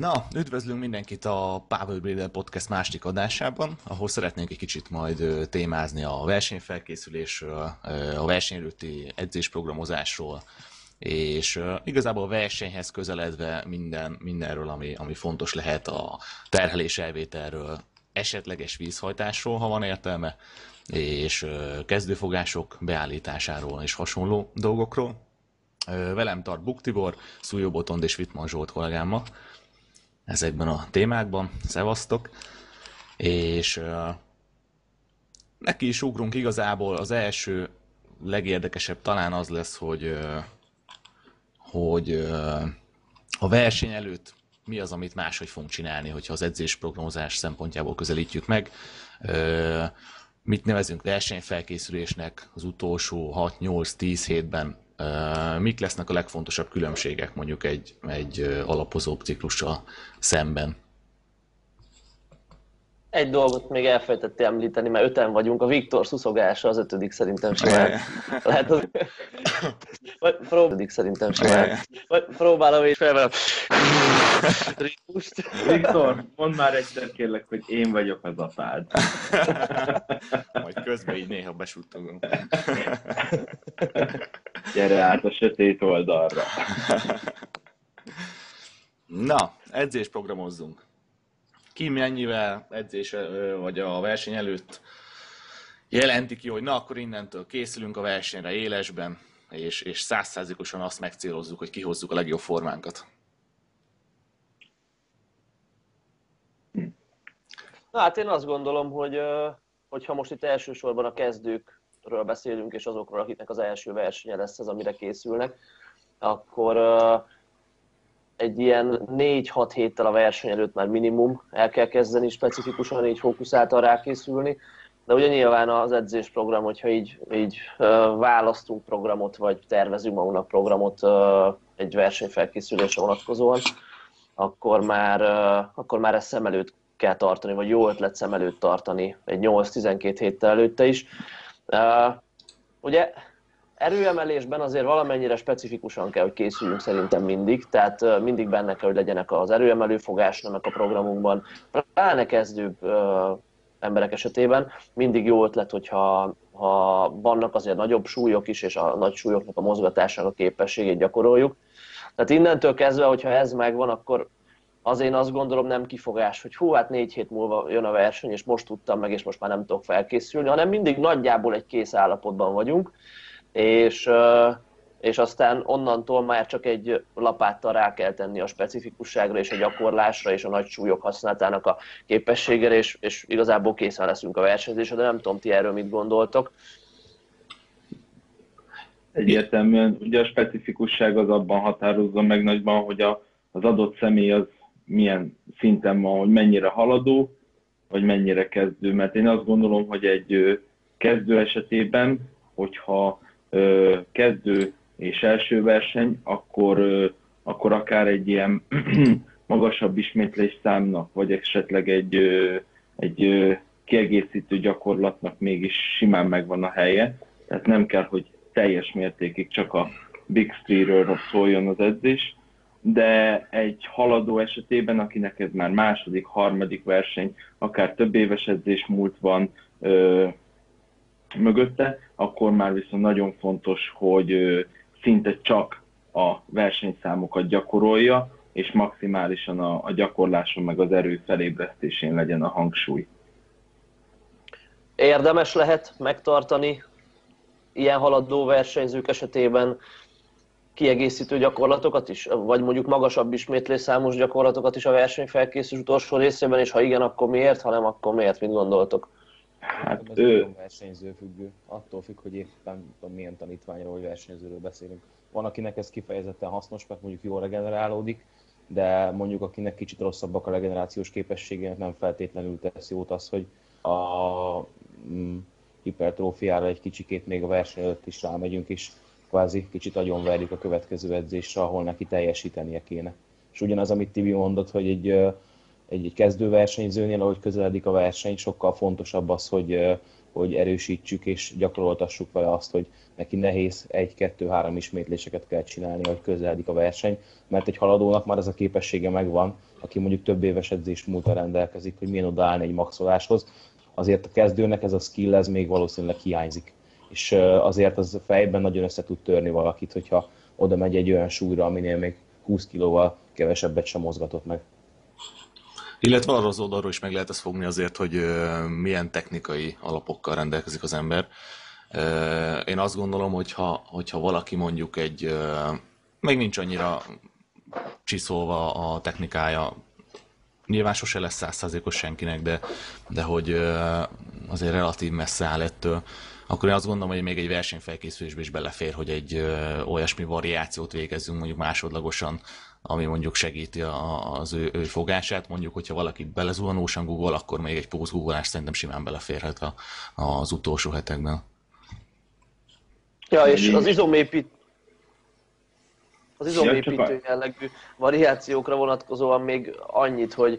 Na, üdvözlünk mindenkit a Power Builder Podcast második adásában, ahol szeretnénk egy kicsit majd témázni a versenyfelkészülésről, a verseny előtti edzésprogramozásról, és igazából a versenyhez közeledve mindenről, ami fontos lehet, a terhelés elvételről, esetleges vízhajtásról, ha van értelme, és kezdőfogások beállításáról és hasonló dolgokról. Velem tart Buk Tibor, Szújó Botond és Wittmann Zsolt kollégámmal ezekben a témákban. Szevasztok! És neki is ugrunk igazából. Az első legérdekesebb talán az lesz, hogy a verseny előtt mi az, amit máshogy fogunk csinálni, hogyha az edzésprogramozás szempontjából közelítjük meg. Mit nevezünk versenyfelkészülésnek az utolsó 6-8-10 hétben? Mik lesznek a legfontosabb különbségek mondjuk egy alapozó ciklussal szemben? Egy dolgot még elfelejtettél említeni, mert 5-en vagyunk, a Viktor szuszogása az 5. szerintem simán. Lehet az... Próbálom és felvelem. Viktor, mondd már egyszer kérlek, hogy én vagyok az apád. Majd közben így néha besuttogunk. Gyere át a sötét oldalra. Na, edzésprogramozzunk. Ki mennyivel edzés vagy a verseny előtt jelenti ki, hogy na akkor innentől készülünk a versenyre élesben, és 100%-osan azt megcélozzuk, hogy kihozzuk a legjobb formánkat. Na hát én azt gondolom, hogy ha most itt elsősorban a kezdőkről beszélünk, és azokról, akiknek az első versenye lesz ez, amire készülnek, akkor egy ilyen 4-6 héttel a verseny előtt már minimum el kell kezdeni specifikusan így fókuszáltan rákészülni. De ugye nyilván az edzésprogram, hogyha így választunk programot, vagy tervezünk magunknak programot egy versenyfelkészülésre vonatkozóan, akkor már ezt szem előtt kell tartani, vagy jó ötlet szem előtt tartani egy 8-12 héttel előtte is. Ugye erőemelésben azért valamennyire specifikusan kell, hogy készüljünk szerintem mindig, tehát mindig benne kell, hogy legyenek az erőemelő fogásnemek a programunkban, pláne kezdő emberek esetében. Mindig jó ötlet, hogyha vannak azért nagyobb súlyok is, és a nagy súlyoknak a mozgatásának a képességét gyakoroljuk. Tehát innentől kezdve, hogyha ez megvan, akkor az én azt gondolom nem kifogás, hogy hú, hát 4 hét múlva jön a verseny, és most tudtam meg, és most már nem tudok felkészülni, hanem mindig nagyjából egy kész állapotban vagyunk, és aztán onnantól már csak egy lapáttal rá kell tenni a specifikusságra és a gyakorlásra és a nagy súlyok használatának a képességére, és igazából készen leszünk a versenyzésre, de nem tudom, ti erről mit gondoltok. Egyértelműen, ugye a specifikusság az abban határozza meg nagyban, hogy az adott személy az milyen szinten van, hogy mennyire haladó, vagy mennyire kezdő. Mert én azt gondolom, hogy egy kezdő esetében, hogyha kezdő és első verseny, akkor akár egy ilyen magasabb ismétlés számnak, vagy esetleg egy kiegészítő gyakorlatnak mégis simán megvan a helye. Tehát nem kell, hogy teljes mértékig csak a Big Three-ről szóljon az edzés, de egy haladó esetében, akinek ez már második, harmadik verseny, akár több éves edzés múlt van mögötte, akkor már viszont nagyon fontos, hogy szinte csak a versenyszámokat gyakorolja, és maximálisan a gyakorláson meg az erő felébresztésén legyen a hangsúly. Érdemes lehet megtartani ilyen haladó versenyzők esetében kiegészítő gyakorlatokat is, vagy mondjuk magasabb ismétlésszámos gyakorlatokat is a versenyfelkészülés utolsó részében, és ha igen, akkor miért, ha nem, akkor miért, mit gondoltok? Hát ez nagyon versenyző függő, attól függ, hogy éppen milyen tanítványról vagy versenyzőről beszélünk. Van, akinek ez kifejezetten hasznos, mert mondjuk jól regenerálódik, de mondjuk akinek kicsit rosszabbak a regenerációs képességének, nem feltétlenül tesz jót az, hogy a hipertrófiára egy kicsikét még a verseny előtt is rámegyünk, és kvázi kicsit agyonverjük a következő edzésre, ahol neki teljesítenie kéne. És ugyanaz, amit Tibi mondott, hogy egy kezdő versenyzőnél, ahogy közeledik a verseny, sokkal fontosabb az, hogy hogy erősítsük és gyakoroltassuk vele azt, hogy neki nehéz 1-2-3 ismétléseket kell csinálni, hogy közeledik a verseny, mert egy haladónak már ez a képessége megvan, aki mondjuk több éves edzés múltal rendelkezik, hogy milyen odaállni egy maxoláshoz. Azért a kezdőnek ez a skill, ez még valószínűleg hiányzik. És azért az fejben nagyon össze tud törni valakit, hogyha oda megy egy olyan súlyra, aminél még 20 kilóval kevesebbet sem mozgatott meg. Illetve arról az oldalról is meg lehet ezt fogni azért, hogy milyen technikai alapokkal rendelkezik az ember. Én azt gondolom, hogyha valaki mondjuk még nincs annyira csiszolva a technikája, nyilván sose lesz 100%-os senkinek, de hogy azért relatív messze áll ettől, akkor én azt gondolom, hogy még egy versenyfelkészülésbe is belefér, hogy egy olyasmi variációt végezzünk mondjuk másodlagosan, ami mondjuk segíti az ő fogását. Mondjuk, hogyha valaki belezuhanósan googol, akkor még egy pózgoogolás szerintem simán beleférhet az utolsó hetekben. Ja, és az izomépítő jellegű variációkra vonatkozóan még annyit, hogy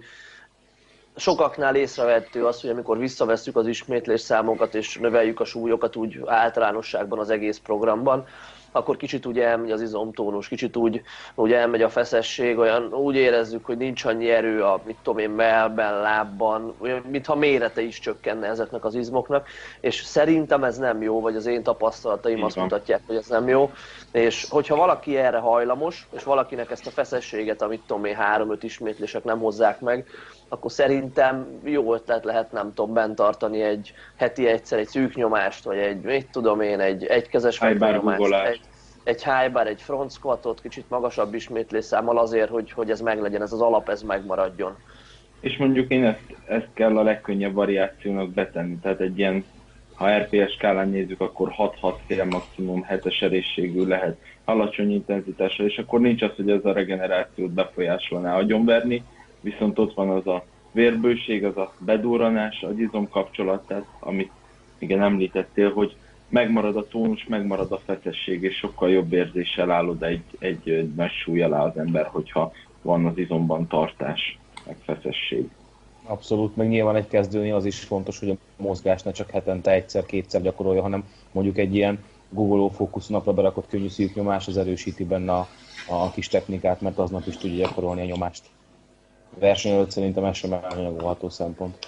sokaknál észrevehető az, hogy amikor visszavesszük az ismétlés számokat és növeljük a súlyokat úgy általánosságban az egész programban, akkor kicsit úgy elmegy az izomtónus, kicsit úgy elmegy a feszesség, úgy érezzük, hogy nincs annyi erő a, mit tudom én, mellben, lábban, mintha mérete is csökkenne ezeknek az izmoknak, és szerintem ez nem jó, vagy az én tapasztalataim azt mutatják, hogy ez nem jó, és hogyha valaki erre hajlamos, és valakinek ezt a feszességet, amit tudom én, 3-5 ismétlések nem hozzák meg, akkor szerintem jó ötlet lehet, nem tudom, bent tartani egy heti egyszer egy szűknyomást, vagy egy egykezes nyomást, egy high bar, egy front squatot, kicsit magasabb ismétlésszámmal azért, hogy ez meglegyen, ez az alap, ez megmaradjon. És mondjuk én ezt kell a legkönnyebb variációnak betenni, tehát egy ilyen, ha RPS skálán nézzük, akkor 6-6,5 maximum 7-es erősségű lehet alacsony intenzitással, és akkor nincs az, hogy ez a regenerációt befolyásolná agyonverni, viszont ott van az a vérbőség, az a bedurranás, az izomkapcsolat, tehát amit igen említettél, hogy megmarad a tónus, megmarad a feszesség, és sokkal jobb érzéssel áll oda egy nagy súly alá az ember, hogyha van az izomban tartás, meg feszesség. Abszolút, meg nyilván egy kezdőnél az is fontos, hogy a mozgás ne csak hetente egyszer-kétszer gyakorolja, hanem mondjuk egy ilyen googoló fókuszunapra berakott könnyű szűknyomás, az erősíti benne a kis technikát, mert aznap is tudja gyakorolni a nyomást. Verseny előtt szerintem ez sem elhanyagolható szempont.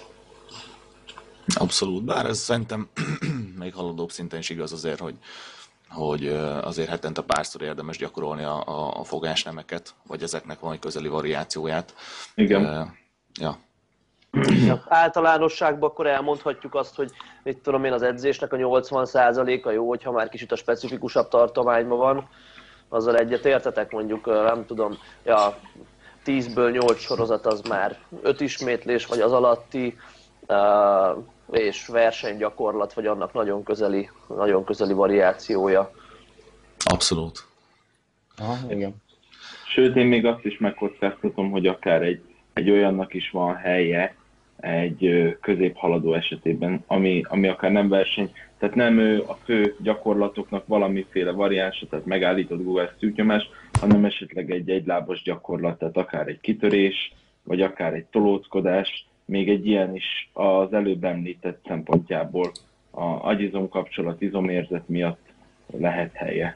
Abszolút, bár ez szerintem még haladóbb szinten is igaz azért, hogy azért hetente párszor érdemes gyakorolni a fogásnemeket, vagy ezeknek valami közeli variációját. Igen. Ja. Ja, általánosságban akkor elmondhatjuk azt, hogy mit tudom én, az edzésnek a 80%-a jó, hogyha már kicsit a specifikusabb tartományban van, azzal egyetértetek, mondjuk nem tudom, 10-ből 8 sorozat az már 5 ismétlés, vagy az alatti, és versenygyakorlat, vagy annak nagyon közeli variációja. Abszolút. Aha, igen. Sőt, én még azt is megkockáztatom, hogy akár egy olyannak is van helye egy középhaladó esetében, ami akár nem verseny, tehát nem a fő gyakorlatoknak valamiféle variánsa, tehát megállított Google szűknyomás, hanem esetleg egy egylábos gyakorlat, tehát akár egy kitörés, vagy akár egy tolóckodás, még egy ilyen is az előbb említett szempontjából a agy-izom kapcsolat, izomérzet miatt lehet helye.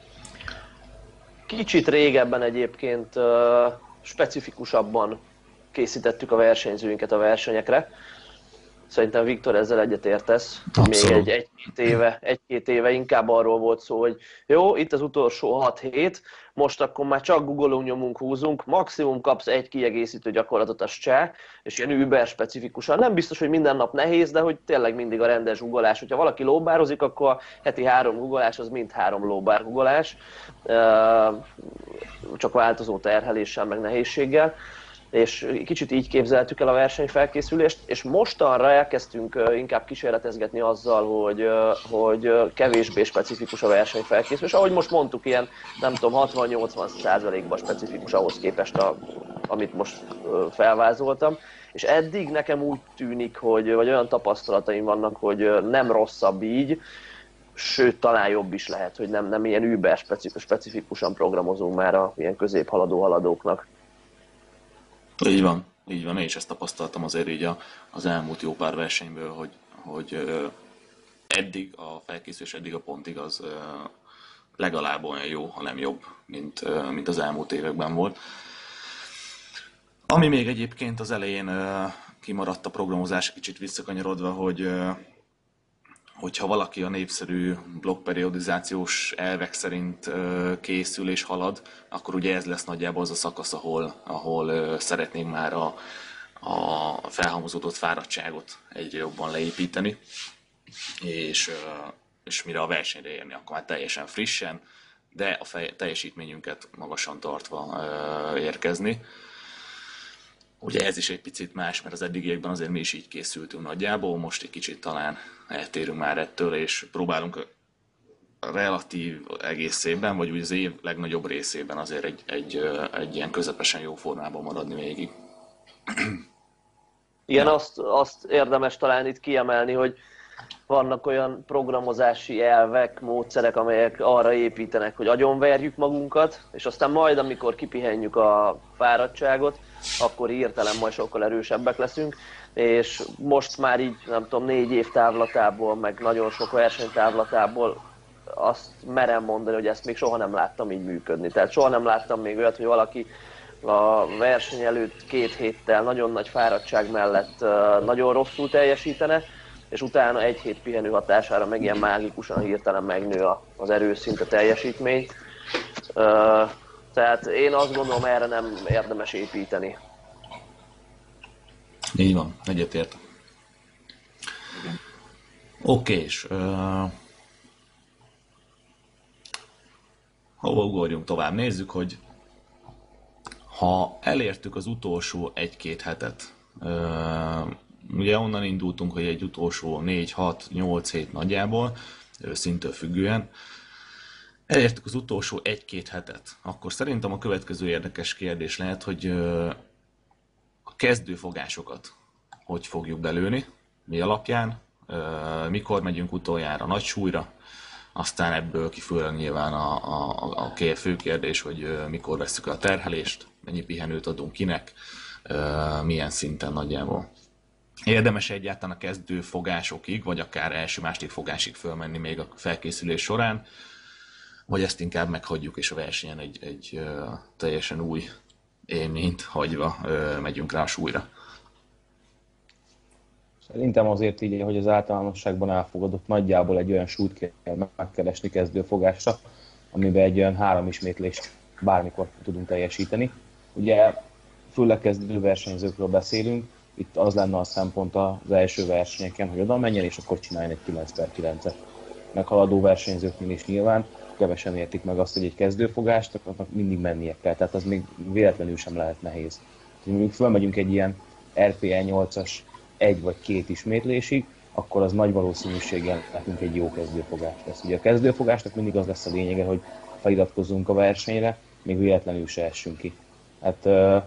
Kicsit régebben egyébként specifikusabban készítettük a versenyzőinket a versenyekre. Szerintem Viktor ezzel egyetértesz. Még egy-két éve inkább arról volt szó, hogy jó, itt az utolsó 6 hét, most akkor már csak googolunk, nyomunk, húzunk, maximum kapsz egy kiegészítő gyakorlatot, az cseh, és ilyen über specifikusan. Nem biztos, hogy minden nap nehéz, de hogy tényleg mindig a rendes googolás. Hogyha valaki lóbározik, akkor a heti 3 googolás az mind 3 lóbár googolás, csak változó terheléssel, meg nehézséggel. És kicsit így képzeltük el a versenyfelkészülést, és mostanra elkezdtünk inkább kísérletezgetni azzal, hogy kevésbé specifikus a versenyfelkészülés. Ahogy most mondtuk, ilyen nem tudom, 60-80%-ban specifikus ahhoz képest, amit most felvázoltam. És eddig nekem úgy tűnik, vagy olyan tapasztalataim vannak, hogy nem rosszabb így, sőt, talán jobb is lehet, hogy nem ilyen über specifikusan programozunk már a ilyen középhaladó haladóknak. Így van, én is ezt tapasztaltam azért így az elmúlt jó pár versenyből, hogy eddig, a felkészülés eddig a pontig az legalább olyan jó, ha nem jobb, mint az elmúlt években volt. Ami még egyébként az elején kimaradt a programozás, kicsit visszakanyarodva, hogyha valaki a népszerű blokkperiodizációs elvek szerint készül és halad, akkor ugye ez lesz nagyjából az a szakasz, ahol szeretnénk már a felhalmozódott fáradtságot egyre jobban leépíteni, és mire a versenyre érni, akkor már teljesen frissen, de a teljesítményünket magasan tartva érkezni. Ugye ez is egy picit más, mert az eddigiekben azért mi is így készültünk nagyjából, most egy kicsit talán eltérünk már ettől, és próbálunk relatív egészében, vagy úgy az év legnagyobb részében azért egy ilyen közepesen jó formában maradni végig. Igen, azt érdemes talán itt kiemelni, hogy vannak olyan programozási elvek, módszerek, amelyek arra építenek, hogy agyonverjük magunkat, és aztán majd, amikor kipihenjük a fáradtságot, akkor hirtelen majd sokkal erősebbek leszünk, és most már így, nem tudom, 4 év távlatából, meg nagyon sok versenytávlatából azt merem mondani, hogy ezt még soha nem láttam így működni. Tehát soha nem láttam még olyat, hogy valaki a verseny előtt 2 héttel nagyon nagy fáradtság mellett nagyon rosszul teljesítene, és utána 1 hét pihenő hatására meg ilyen mágikusan hirtelen megnő az erőszint, a teljesítmény. Tehát én azt gondolom, erre nem érdemes építeni. Így van, egyetért. Okés. Hova ugorjunk tovább? Nézzük, hogy ha elértük az utolsó 1-2 hetet, ugye onnan indultunk, hogy egy utolsó 4-6-8 hét nagyjából, szintől függően, elértük az utolsó 1-2 hetet, akkor szerintem a következő érdekes kérdés lehet, hogy a kezdőfogásokat hogy fogjuk belőni, mi alapján, mikor megyünk utoljára nagy súlyra, aztán ebből kifolyólag nyilván a fő kérdés, hogy mikor vesszük a terhelést, mennyi pihenőt adunk kinek, milyen szinten nagyjából. Érdemes egyáltalán a kezdő fogásokig, vagy akár első-második fogásig fölmenni még a felkészülés során, vagy ezt inkább meghagyjuk, és a versenyen egy teljesen új élményt hagyva megyünk rá a súlyra. Szerintem azért így, hogy az általánosságban elfogadott, nagyjából egy olyan súlyt kell megkeresni kezdőfogásra, amiben egy olyan 3 ismétlést bármikor tudunk teljesíteni. Ugye főleg kezdő versenyzőkről beszélünk, itt az lenne a szempont az első versenyeken, hogy oda menjen, és akkor csináljon egy 9x9-et. Meghaladó versenyzőknél is nyilván kevesen értik meg azt, hogy egy kezdőfogást, akkor mindig mennie kell, tehát az még véletlenül sem lehet nehéz. Ha mondjuk fölmegyünk egy ilyen RPE 8-as 1 vagy 2 ismétlésig, akkor az nagy valószínűséggel nekünk egy jó kezdőfogás lesz. Ugye a kezdőfogásnak mindig az lesz a lényege, hogy feliratkozzunk a versenyre, még véletlenül se essünk ki. Hát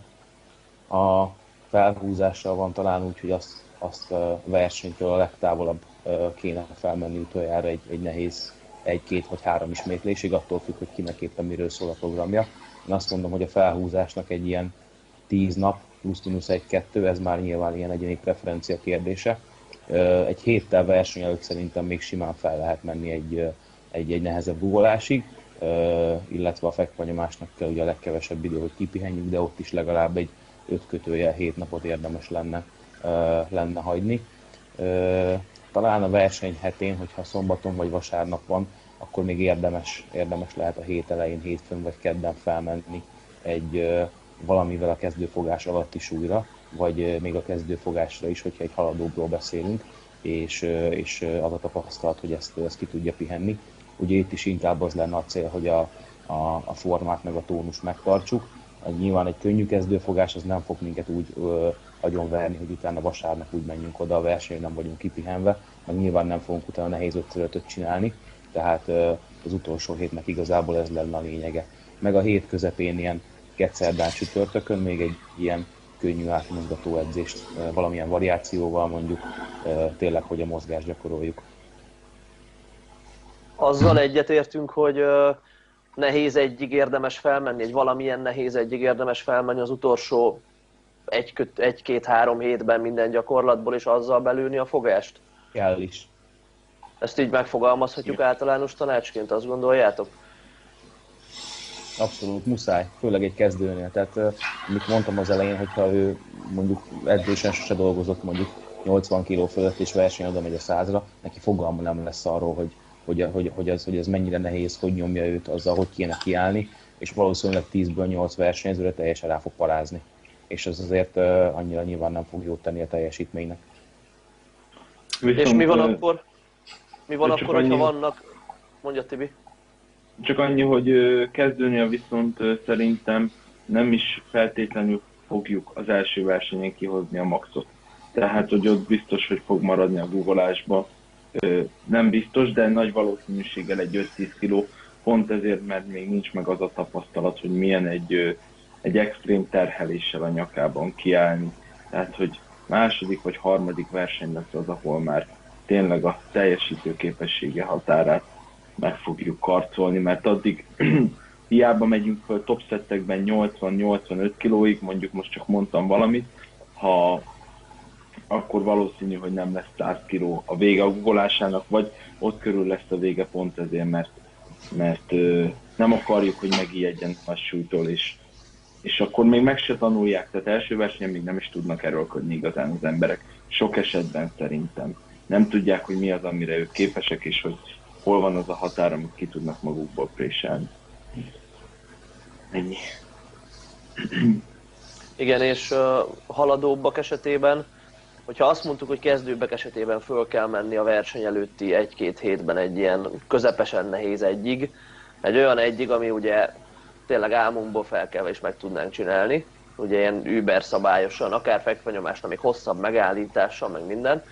a felhúzással van talán úgy, hogy azt a versenytől a legtávolabb kéne felmenni utoljára egy nehéz 1, 2 vagy 3 ismétlésig, attól függ, hogy kinek éppen miről szól a programja. Én azt mondom, hogy a felhúzásnak egy ilyen 10 nap, plusz-minusz 1-2, ez már nyilván ilyen egyéni preferencia kérdése. Egy héttel verseny előtt szerintem még simán fel lehet menni egy nehezebb guggolásig, illetve a fekvanyomásnak kell ugye a legkevesebb idő, hogy kipihenjünk, de ott is legalább egy 5-7 napot érdemes lenne hagyni. Talán a verseny hetén, hogyha szombaton vagy vasárnap van, akkor még érdemes lehet a hét elején, hétfőn vagy kedden felmenni egy valamivel a kezdőfogás alatti súlyra, vagy még a kezdőfogásra is, hogyha egy haladóból beszélünk, és az a tapasztalat, hogy ezt ki tudja pihenni. Ugye itt is inkább az lenne a cél, hogy a formát meg a tónust megtartsuk. Nyilván egy könnyű kezdőfogás az nem fog minket úgy agyonverni, hogy utána vasárnap úgy menjünk oda a versenyre, nem vagyunk kipihenve, meg nyilván nem fogunk utána nehéz 5x5-öt csinálni, tehát az utolsó hétnek igazából ez lenne a lényege. Meg a hét közepén ilyen kedszerdán csütörtökön még egy ilyen könnyű átmozgató edzést, valamilyen variációval mondjuk, tényleg, hogy a mozgást gyakoroljuk. Azzal egyetértünk, hogy nehéz egyig érdemes felmenni, egy valamilyen nehéz egyig érdemes felmenni az utolsó 1-2-3 hétben minden gyakorlatból, és azzal belülni a fogást? Kell is. Ezt így megfogalmazhatjuk általános tanácsként, azt gondoljátok? Abszolút muszáj, főleg egy kezdőnél. Tehát amit mondtam az elején, hogyha ő mondjuk edzésen sose dolgozott mondjuk 80 kg fölött és versenyen oda megy a 100-ra, neki fogalma nem lesz arról, hogy ez mennyire nehéz, hogy nyomja őt, azzal, hogy kéne kiállni, és valószínűleg 10-ből 8 versenyzőre teljesen rá fog parázni. És ez azért annyira nyilván nem fog jót tenni a teljesítménynek. Viszont, és mi van akkor? Mi van akkor, annyi, hogyha vannak... Mondja, Tibi. Csak annyi, hogy kezdőnél viszont szerintem nem is feltétlenül fogjuk az első versenyen kihozni a maxot. Tehát, hogy ott biztos, hogy fog maradni a googolásba. Nem biztos, de nagy valószínűséggel egy 5-10 kg, pont ezért, mert még nincs meg az a tapasztalat, hogy milyen egy extrém terheléssel a nyakában kiállni. Tehát, hogy második vagy harmadik verseny lesz az, ahol már tényleg a teljesítő képessége határát meg fogjuk karcolni, mert addig hiába megyünk föl top szettekben 80-85 kilóig, mondjuk most csak mondtam valamit, ha akkor valószínű, hogy nem lesz 100 kiló a vége a guggolásának, vagy ott körül lesz a vége pont ezért, mert nem akarjuk, hogy megijedjen a súlytól, és akkor még meg se tanulják, tehát első versenyen még nem is tudnak erőlködni igazán az emberek. Sok esetben szerintem nem tudják, hogy mi az, amire ők képesek, és hogy hol van az a határ, amit ki tudnak magukból préselni. Ennyi. Igen, és haladóbbak esetében, hogyha azt mondtuk, hogy kezdőbbek esetében föl kell menni a verseny előtti 1-2 hétben egy ilyen közepesen nehéz egyig, egy olyan egyig, ami ugye tényleg álmunkból felkelve is meg tudnánk csinálni, ugye ilyen Uber szabályosan, akár fekvenyomással, még hosszabb megállítással, meg minden,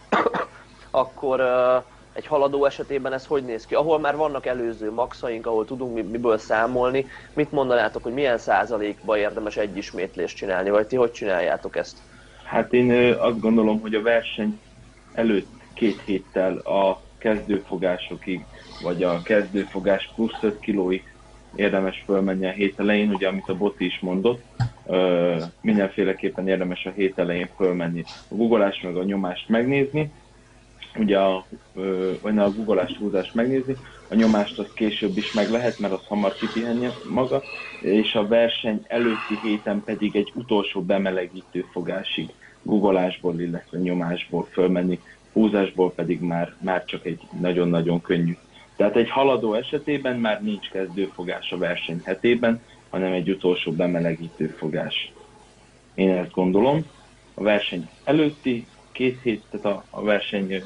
akkor egy haladó esetében ez hogy néz ki? Ahol már vannak előző maxaink, ahol tudunk miből számolni, mit mondanátok, hogy milyen százalékban érdemes egy ismétlést csinálni, vagy ti hogy csináljátok ezt? Hát én azt gondolom, hogy a verseny előtt 2 héttel a kezdőfogásokig, vagy a kezdőfogás plusz 5 kilóig érdemes fölmenni a hét elején, ugye amit a Boti is mondott, mindenféleképpen érdemes a hét elején fölmenni a guggolást meg a nyomást megnézni, ugye a guggolást, húzást megnézni, a nyomást az később is meg lehet, mert az hamar kipihenje maga, és a verseny előtti héten pedig egy utolsó bemelegítő fogásig guggolásból, illetve nyomásból fölmenni, húzásból pedig már csak egy nagyon-nagyon könnyű. Tehát egy haladó esetében már nincs kezdőfogás a verseny hetében, hanem egy utolsó bemelegítő fogás. Én ezt gondolom. A verseny előtti 2 hét, tehát a verseny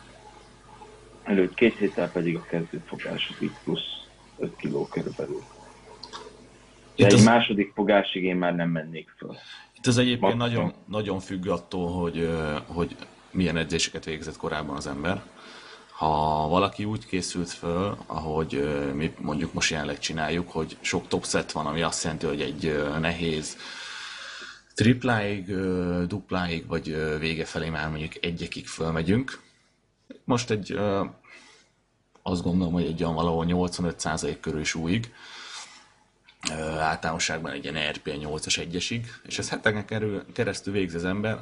előtt 2 héttel pedig a kezdőfogásokig plusz 5 kiló körülbelül. De egy második fogásig én már nem mennék föl. Itt az egyébként nagyon, nagyon függ attól, hogy milyen edzéseket végzett korábban az ember. Ha valaki úgy készült föl, ahogy mi mondjuk most jelenleg csináljuk, hogy sok top set van, ami azt jelenti, hogy egy nehéz tripláig, dupláig, vagy vége felé már mondjuk egyekig fölmegyünk. Most azt gondolom, hogy egy olyan valahol 85% körül súlyig, általánosságban egy ilyen RP 8-as 1-esig, és ez heteken keresztül végzi az ember,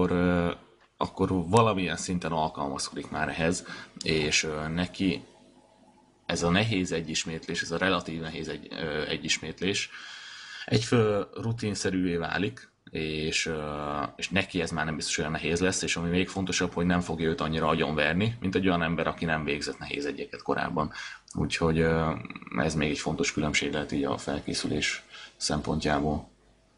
akkor valamilyen szinten alkalmazkodik már ehhez, és neki ez a nehéz egyismétlés, ez a relatív nehéz egyismétlés egyfő rutinszerűvé válik, és neki ez már nem biztos olyan nehéz lesz, és ami még fontosabb, hogy nem fogja őt annyira agyonverni, mint egy olyan ember, aki nem végzett nehéz egyeket korábban. Úgyhogy ez még egy fontos különbség lehet így a felkészülés szempontjából.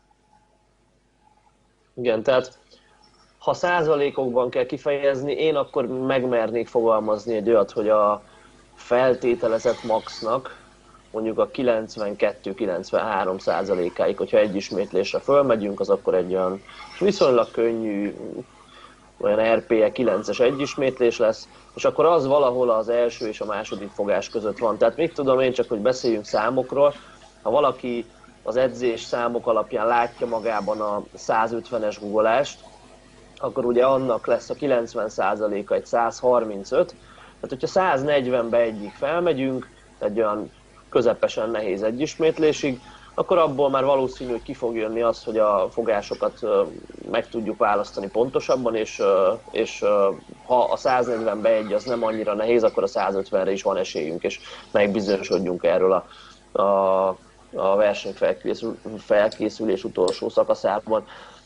Igen, tehát ha százalékokban kell kifejezni, én akkor megmernék fogalmazni egy olyat, hogy a feltételezett maxnak mondjuk a 92-93 százalékáig, hogyha egy ismétlésre fölmegyünk, az akkor egy olyan viszonylag könnyű, olyan RPE 9-es egyismétlés lesz, és akkor az valahol az első és a második fogás között van. Tehát mit tudom én, csak hogy beszéljünk számokról, ha valaki az edzés számok alapján látja magában a 150-es guggolást, akkor ugye annak lesz a 90%-a egy 135, tehát hogyha 140-be egyig felmegyünk, egy olyan közepesen nehéz egyismétlésig, akkor abból már valószínű, hogy ki fog jönni az, hogy a fogásokat meg tudjuk választani pontosabban, és ha a 140-be egy az nem annyira nehéz, akkor a 150-re is van esélyünk, és megbizonyosodjunk erről a versenyfelkészülés utolsó szakaszában.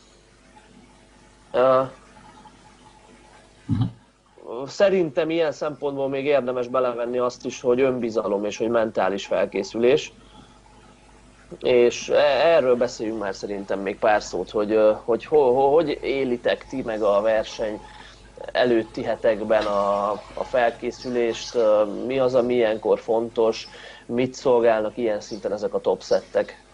Szerintem ilyen szempontból még érdemes belevenni azt is, hogy önbizalom és hogy mentális felkészülés. És erről beszéljünk már szerintem még pár szót, hogy élitek ti meg a verseny előtti hetekben a felkészülést, mi az, ami ilyenkor fontos, mit szolgálnak ilyen szinten ezek a topsettek?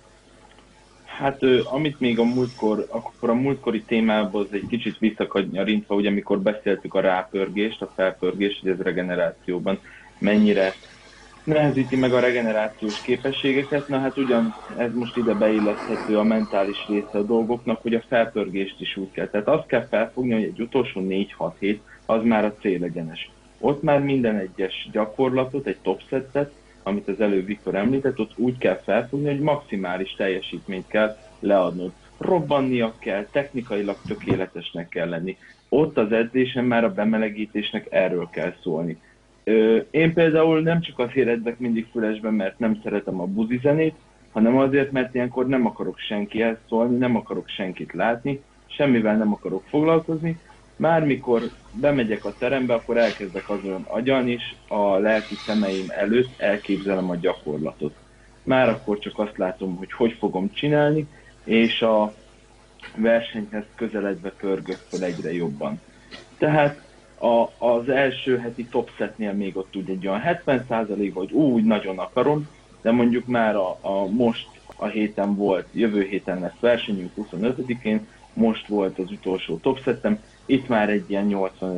Hát amit még a múltkori témából egy kicsit visszakanyarintva, ugye amikor beszéltük a rápörgést, a felpörgést, hogy ez regenerációban mennyire nehezíti meg a regenerációs képességeket, na hát ugyan ez most ide beilleszthető a mentális része a dolgoknak, hogy a felpörgést is úgy kell. Tehát azt kell felfogni, hogy egy utolsó 4-6 hét az már a célegyenes. Ott már minden egyes gyakorlatot, egy topsettet, amit az előbb Viktor említett, ott úgy kell felfogni, hogy maximális teljesítményt kell leadnod. Robbannia kell, technikailag tökéletesnek kell lenni. Ott az edzésen már a bemelegítésnek erről kell szólni. Én például nem csak azért edzek mindig fülesben, mert nem szeretem a buzi zenét, hanem azért, mert ilyenkor nem akarok senkihez szólni, nem akarok senkit látni, semmivel nem akarok foglalkozni. Már mikor bemegyek a terembe, akkor elkezdek azon agyalni, és a lelki szemeim előtt elképzelem a gyakorlatot. Már akkor csak azt látom, hogy fogom csinálni, és a versenyhez közeledve pörgök fel egyre jobban. Tehát az első heti topsetnél még ott úgy egy olyan 70%, hogy úgy nagyon akarom, de mondjuk már most a héten volt, jövő héten lesz versenyünk 25-én, most volt az utolsó topsettem, itt már egy ilyen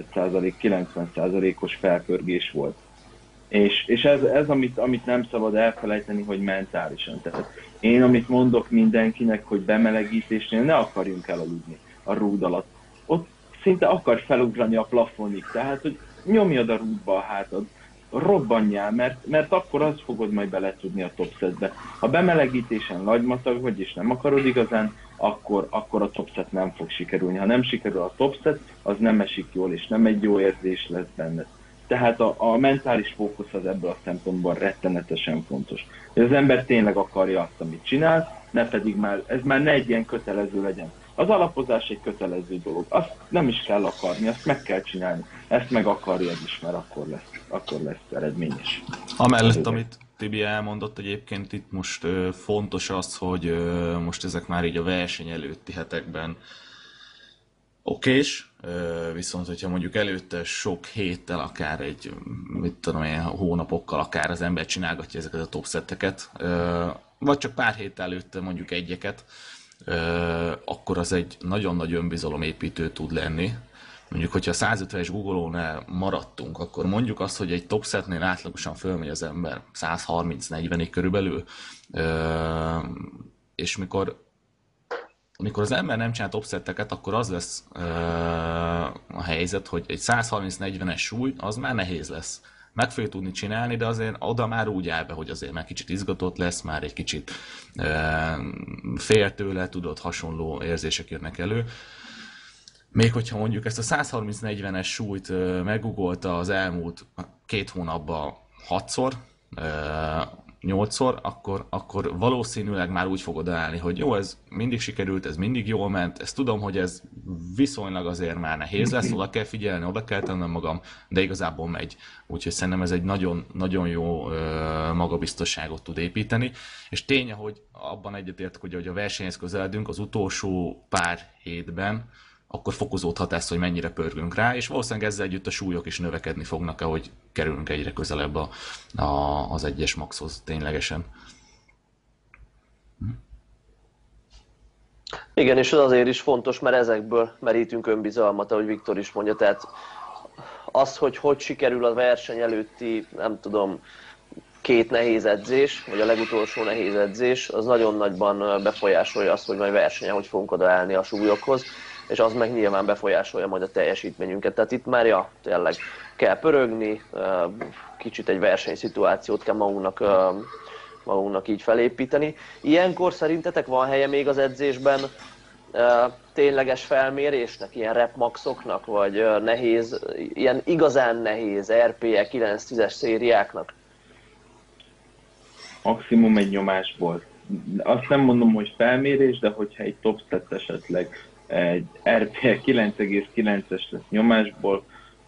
85%-90%-os felpörgés volt. És ez amit nem szabad elfelejteni, hogy mentálisan. Tehát én amit mondok mindenkinek, hogy bemelegítésnél ne akarjunk elaludni a rúd alatt. Ott szinte akar felugrani a plafonig, tehát hogy nyomjad a rúdba a hátad, robbanjál, mert akkor az fogod majd bele tudni a topsetbe. Ha bemelegítésen lagymatag vagy és nem akarod igazán, akkor a topset nem fog sikerülni. Ha nem sikerül a topset, az nem esik jól, és nem egy jó érzés lesz benned. Tehát a mentális fókusz az ebből a szempontból rettenetesen fontos. Hogy az ember tényleg akarja azt, amit csinál, ne pedig ez már ne egy ilyen kötelező legyen. Az alapozás egy kötelező dolog. Azt nem is kell akarni, azt meg kell csinálni. Ezt meg akarja is, mert akkor lesz eredményes. Amellett, amit Tibi elmondott, egyébként itt most fontos az, hogy most ezek már így a verseny előtti hetekben okés, viszont hogyha mondjuk előtte sok héttel, akár egy, hónapokkal, akár az ember csinálgatja ezeket a topsetteket, vagy csak pár héttel előtte mondjuk egyeket, akkor az egy nagyon nagy önbizalomépítő tud lenni. Mondjuk, hogyha a 150-es Google-ónál maradtunk, akkor mondjuk azt, hogy egy topsetnél átlagosan fölmegy az ember 130-40-ig körülbelül, és mikor az ember nem csinál topsetteket, akkor az lesz a helyzet, hogy egy 130-40-es súly, az már nehéz lesz. Meg fogja tudni csinálni, de azért oda már úgy áll be, hogy azért már kicsit izgatott lesz, már egy kicsit fél tőle, tudod, hasonló érzések jönnek elő. Még hogyha mondjuk ezt a 130-40-es súlyt meggugolta az elmúlt 2 hónapban 6-szor, 8-szor, akkor valószínűleg már úgy fogod állni, hogy jó, ez mindig sikerült, ez mindig jól ment, ezt tudom, hogy ez viszonylag azért már nehéz lesz, oda kell figyelni, oda kell tennem magam, de igazából megy. Úgyhogy szerintem ez egy nagyon, nagyon jó magabiztosságot tud építeni. És tény, hogy abban egyetértek, hogy a versenyhez közeledünk, az utolsó pár hétben, akkor fokozódhat ez, hogy mennyire pörgünk rá, és valószínűleg ezzel együtt a súlyok is növekedni fognak, ahogy kerülünk egyre közelebb az egyes maxhoz ténylegesen. Igen, és ez azért is fontos, mert ezekből merítünk önbizalmat, ahogy Viktor is mondja, tehát az, hogy sikerül a verseny előtti, nem tudom, 2 nehéz edzés, vagy a legutolsó nehéz edzés, az nagyon nagyban befolyásolja azt, hogy majd versenyen hogy fogunk odaállni a súlyokhoz, és az meg nyilván befolyásolja majd a teljesítményünket. Tehát itt már tényleg kell pörögni, kicsit egy versenyszituációt kell magunknak magunknak így felépíteni. Ilyenkor szerintetek van helye még az edzésben tényleges felmérésnek, ilyen repmaxoknak, vagy nehéz, ilyen igazán nehéz RPE 9-10-es szériáknak? Maximum egy nyomásból. Azt nem mondom, hogy felmérés, de hogyha egy top set esetleg egy RPE 9,9-es lesz nyomásból,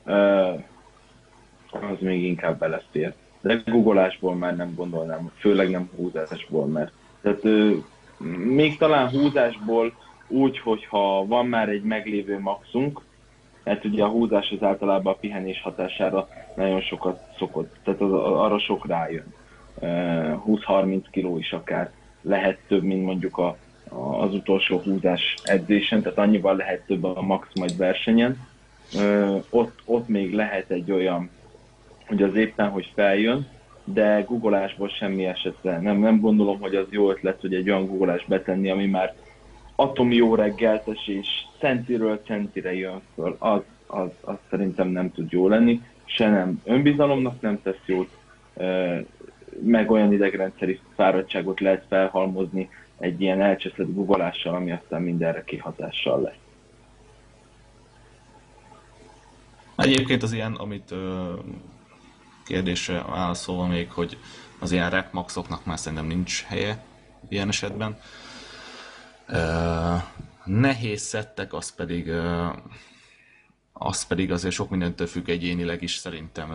az még inkább belefér. De googolásból már nem gondolnám, főleg nem húzásból, mert tehát, még talán húzásból úgy, hogyha van már egy meglévő maxunk, mert ugye a húzás az általában a pihenés hatására nagyon sokat szokott, tehát arra sok rájön. 20-30 kiló is akár lehet több, mint mondjuk az utolsó húzás edzésen, tehát annyival lehet több a max majd versenyen. Ott még lehet egy olyan, hogy az éppen, hogy feljön, de googolásból semmi esetre. Nem gondolom, hogy az jó ötlet, hogy egy olyan googolást betenni, ami már atomi jó reggeltes és centiről centire jön föl. Az szerintem nem tud jó lenni, se nem önbizalomnak nem tesz jót, meg olyan idegrendszeri fáradtságot lehet felhalmozni egy ilyen elcseszett googolással, ami aztán mindenre kihatással lesz. Egyébként az ilyen, amit kérdésre válaszolva még, hogy az ilyen repmaxoknak már szerintem nincs helye ilyen esetben. Nehéz szettek, az pedig azért sok mindentől függ egyénileg is, szerintem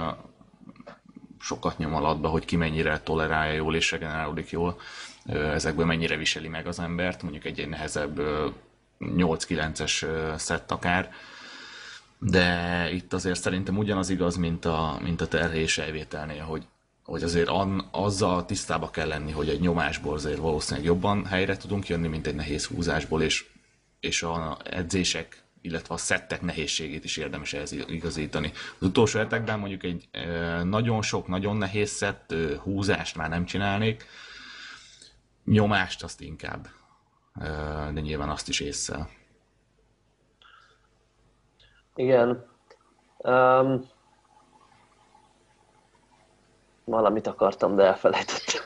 sokat nyom alatba, hogy ki mennyire tolerálja jól és regenerálódik jól, ezekből mennyire viseli meg az embert, mondjuk egy nehezebb 8-9-es szett akár, de itt azért szerintem ugyanaz igaz, mint a terhelés elvételnél, hogy azért azzal tisztába kell lenni, hogy egy nyomásból azért valószínűleg jobban helyre tudunk jönni, mint egy nehéz húzásból, és a edzések, illetve a szettek nehézségét is érdemes ehhez igazítani. Az utolsó hetekben mondjuk egy nagyon sok, nagyon nehéz szett húzást már nem csinálnék, nyomást azt inkább, de nyilván azt is ésszel. Igen. Valamit akartam, de elfelejtettem.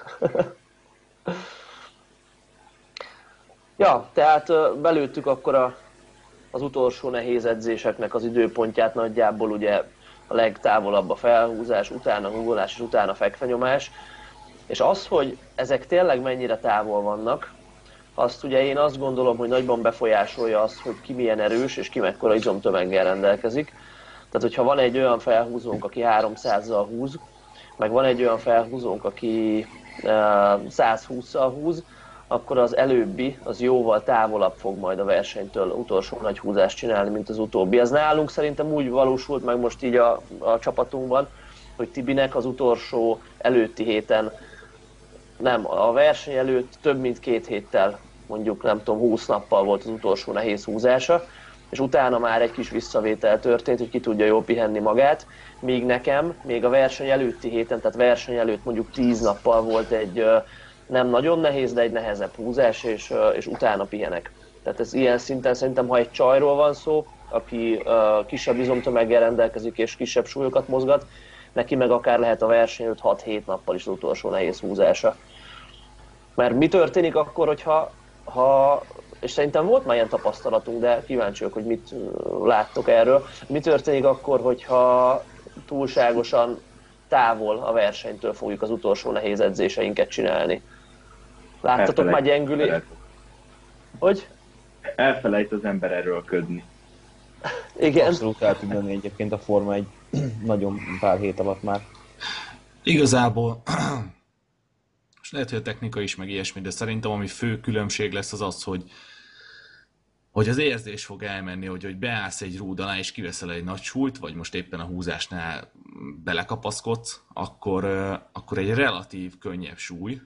Ja, tehát belőttük akkor az utolsó nehéz edzéseknek az időpontját, nagyjából ugye a legtávolabb a felhúzás, utána a googolás és utána a fekvenyomás. És az, hogy ezek tényleg mennyire távol vannak, azt ugye én azt gondolom, hogy nagyban befolyásolja azt, hogy ki milyen erős és ki mekkora izomtömeggel rendelkezik. Tehát, hogyha van egy olyan felhúzónk, aki 300-zal húz, meg van egy olyan felhúzónk, aki 120-szal húz, akkor az előbbi az jóval távolabb fog majd a versenytől utolsó nagy húzást csinálni, mint az utóbbi. Ez nálunk szerintem úgy valósult meg most így a csapatunkban, hogy Tibinek az utolsó előtti héten, nem, a verseny előtt több mint 2 héttel, mondjuk nem tudom, 20 nappal volt az utolsó nehéz húzása, és utána már egy kis visszavétel történt, hogy ki tudja jól pihenni magát, míg nekem még a verseny előtti héten, tehát verseny előtt mondjuk 10 nappal volt egy nem nagyon nehéz, de egy nehezebb húzás, és utána pihenek. Tehát ez ilyen szinten szerintem, ha egy csajról van szó, aki kisebb izomtömeggel rendelkezik és kisebb súlyokat mozgat, neki meg akár lehet a verseny előtt 6-7 nappal is az utolsó nehéz húzása. Mert mi történik akkor, hogyha és szerintem volt már ilyen tapasztalatunk, de kíváncsi vagyok, hogy mit láttok erről. Mi történik akkor, hogyha túlságosan távol a versenytől fogjuk az utolsó nehéz edzéseinket csinálni? Láttatok már gyengülést? Hogy? Elfelejt az ember erőlködni. Igen. Abszolút el tud menni egyébként a forma egy nagyon pár hét alatt már. Igazából, és lehet, hogy a technika is meg ilyesmi, de szerintem ami fő különbség lesz az, hogy az érzés fog elmenni, hogy beállsz egy rúd alá és kiveszel egy nagy súlyt, vagy most éppen a húzásnál belekapaszkodsz, akkor egy relatív könnyebb súly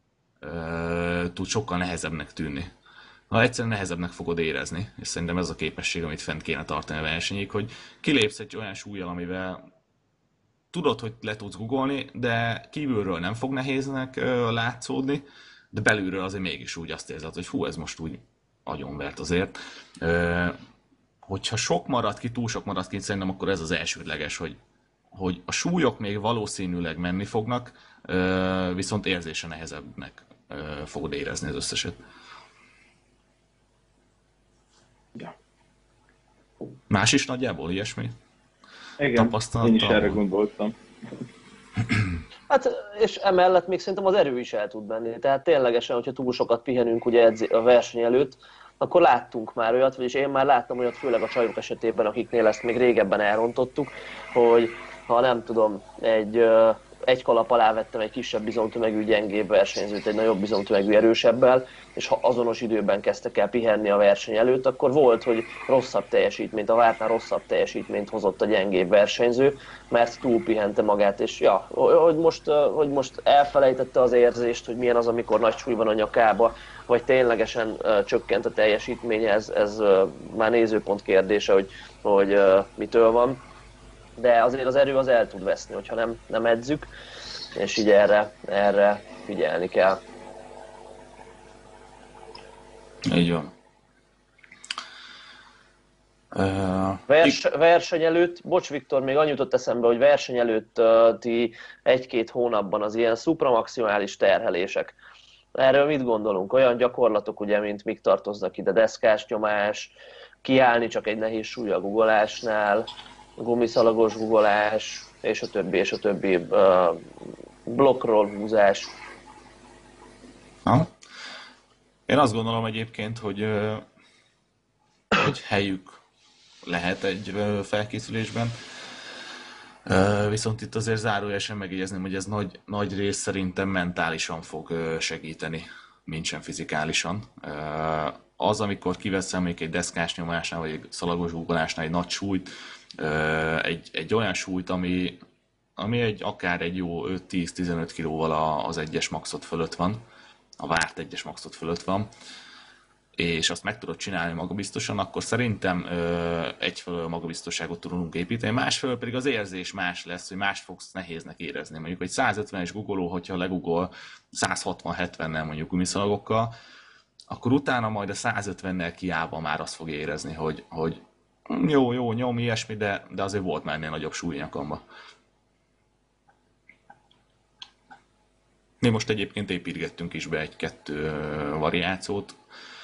tud sokkal nehezebbnek tűnni. Egyszerűen nehezebbnek fogod érezni, és szerintem ez a képesség, amit fent kéne tartani a versenyig, hogy kilépsz egy olyan súllyal, amivel tudod, hogy le tudsz googolni, de kívülről nem fog nehéznek látszódni, de belülről azért mégis úgy azt érzed, hogy hú, ez most úgy agyonvert azért. Hogyha sok marad ki, túl sok marad ki, szerintem akkor ez az elsődleges, hogy a súlyok még valószínűleg menni fognak, viszont érzése nehezebbnek fogod érezni az összeset. Ja. Más is nagyjából ilyesmi? Igen, én is erre gondoltam. Hát, és emellett még szerintem az erő is el tud menni. Tehát ténylegesen, hogyha túl sokat pihenünk ugye a verseny előtt, akkor láttunk már olyat, vagyis én már láttam olyat, főleg a csajok esetében, akiknél ezt még régebben elrontottuk, hogy ha nem tudom, egy kalap alá vettem egy kisebb bizomtömegű, gyengébb versenyzőt egy nagyobb bizomtömegű, erősebbel, és ha azonos időben kezdtek el pihenni a verseny előtt, akkor volt, hogy rosszabb teljesítményt, a vártnál rosszabb teljesítményt hozott a gyengébb versenyző, mert túlpihente magát, és ja, hogy most elfelejtette az érzést, hogy milyen az, amikor nagy súly van a nyakába, vagy ténylegesen csökkent a teljesítménye, ez már nézőpont kérdése, hogy mitől van. De azért az erő az el tud veszni, hogyha nem edzük, és így erre figyelni kell. Így van. Verseny előtt, bocs Viktor, még annyit jutott eszembe, hogy verseny előtt ti 1-2 hónapban az ilyen szupramaximális terhelések. Erről mit gondolunk? Olyan gyakorlatok, ugye, mint mik tartoznak ide, deszkás nyomás, kiállni csak egy nehéz súllyal guggolásnál, gumiszalagos guggolás, és a többi, blokkról húzás. Ha? Én azt gondolom egyébként, hogy helyük lehet egy felkészülésben. Viszont itt azért zárójelesen megjegyezném, hogy ez nagy rész szerintem mentálisan fog segíteni, mint sem fizikálisan. Az, amikor kiveszem még egy deszkás nyomásnál, vagy egy szalagos guggolásnál egy nagy súlyt, egy olyan súlyt, ami akár egy jó 5-10-15 kilóval az egyes maxot fölött van, a várt egyes maxot fölött van, és azt meg tudod csinálni magabiztosan, akkor szerintem egyfelől magabiztosságot tudunk építeni, másfelől pedig az érzés más lesz, hogy más fogsz nehéznek érezni. Mondjuk egy 150-es guggoló, hogyha legugol 160-70-nel mondjuk gumiszalagokkal, akkor utána majd a 150-nel kiállva már azt fog érezni, hogy jó, nyom, ilyesmi, de azért volt már ennél nagyobb súly nyakamba. Mi most egyébként építgettünk is be egy-kettő variációt.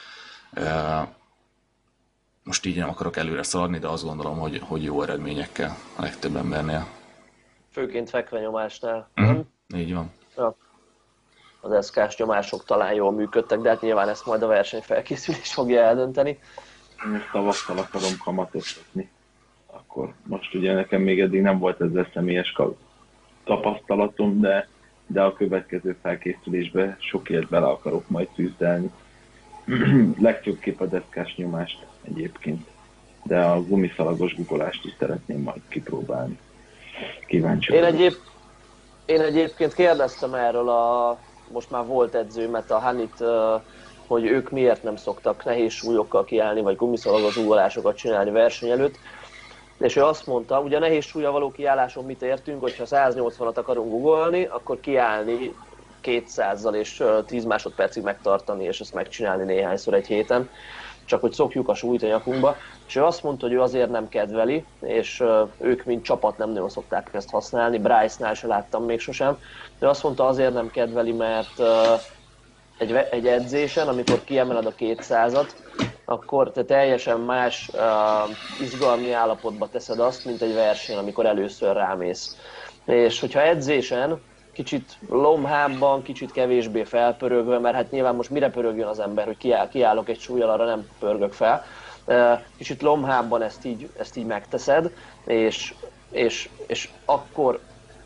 Most így nem akarok előre szaladni, de azt gondolom, hogy jó eredményekkel a legtöbb embernél. Főként fekvenyomásnál. Így van. Ja. Az eszkás nyomások talán jól működtek, de hát nyilván ezt majd a versenyfelkészülés fogja eldönteni. Most tavasszal akarom kamatoztatni. Akkor most ugye nekem még eddig nem volt ezzel személyes tapasztalatom, de a következő felkészülésbe sok ilyet bele akarok majd tűzdelni. Legtöbbképp a deszkás nyomást egyébként, de a gumiszalagos guggolást is szeretném majd kipróbálni. Kíváncsi vagyok. Én egyébként kérdeztem erről most már volt edzőmet, a Hanit, hogy ők miért nem szoktak nehéz súlyokkal kiállni, vagy gumiszalagos guggolásokat csinálni verseny előtt. És ő azt mondta, ugye a nehéz súlya való kiálláson mit értünk, hogyha 180-at akarunk guggolni, akkor kiállni 200-zal és 10 másodpercig megtartani, és ezt megcsinálni néhányszor egy héten, csak hogy szokjuk a súlyt a nyakunkba. És ő azt mondta, hogy ő azért nem kedveli, és ők mint csapat nem nagyon szokták ezt használni, Bryce-nál se láttam még sosem. Ő azt mondta, azért nem kedveli, mert egy edzésen, amikor kiemeled a 200-at, akkor te teljesen más izgalmi állapotba teszed azt, mint egy versenyen, amikor először rámész. És hogyha edzésen kicsit lomhábban, kicsit kevésbé felpörögve, mert hát nyilván most mire pörögjön az ember, hogy kiállok egy súllyal, arra nem pörgök fel. Kicsit lomhábban ezt így megteszed, és akkor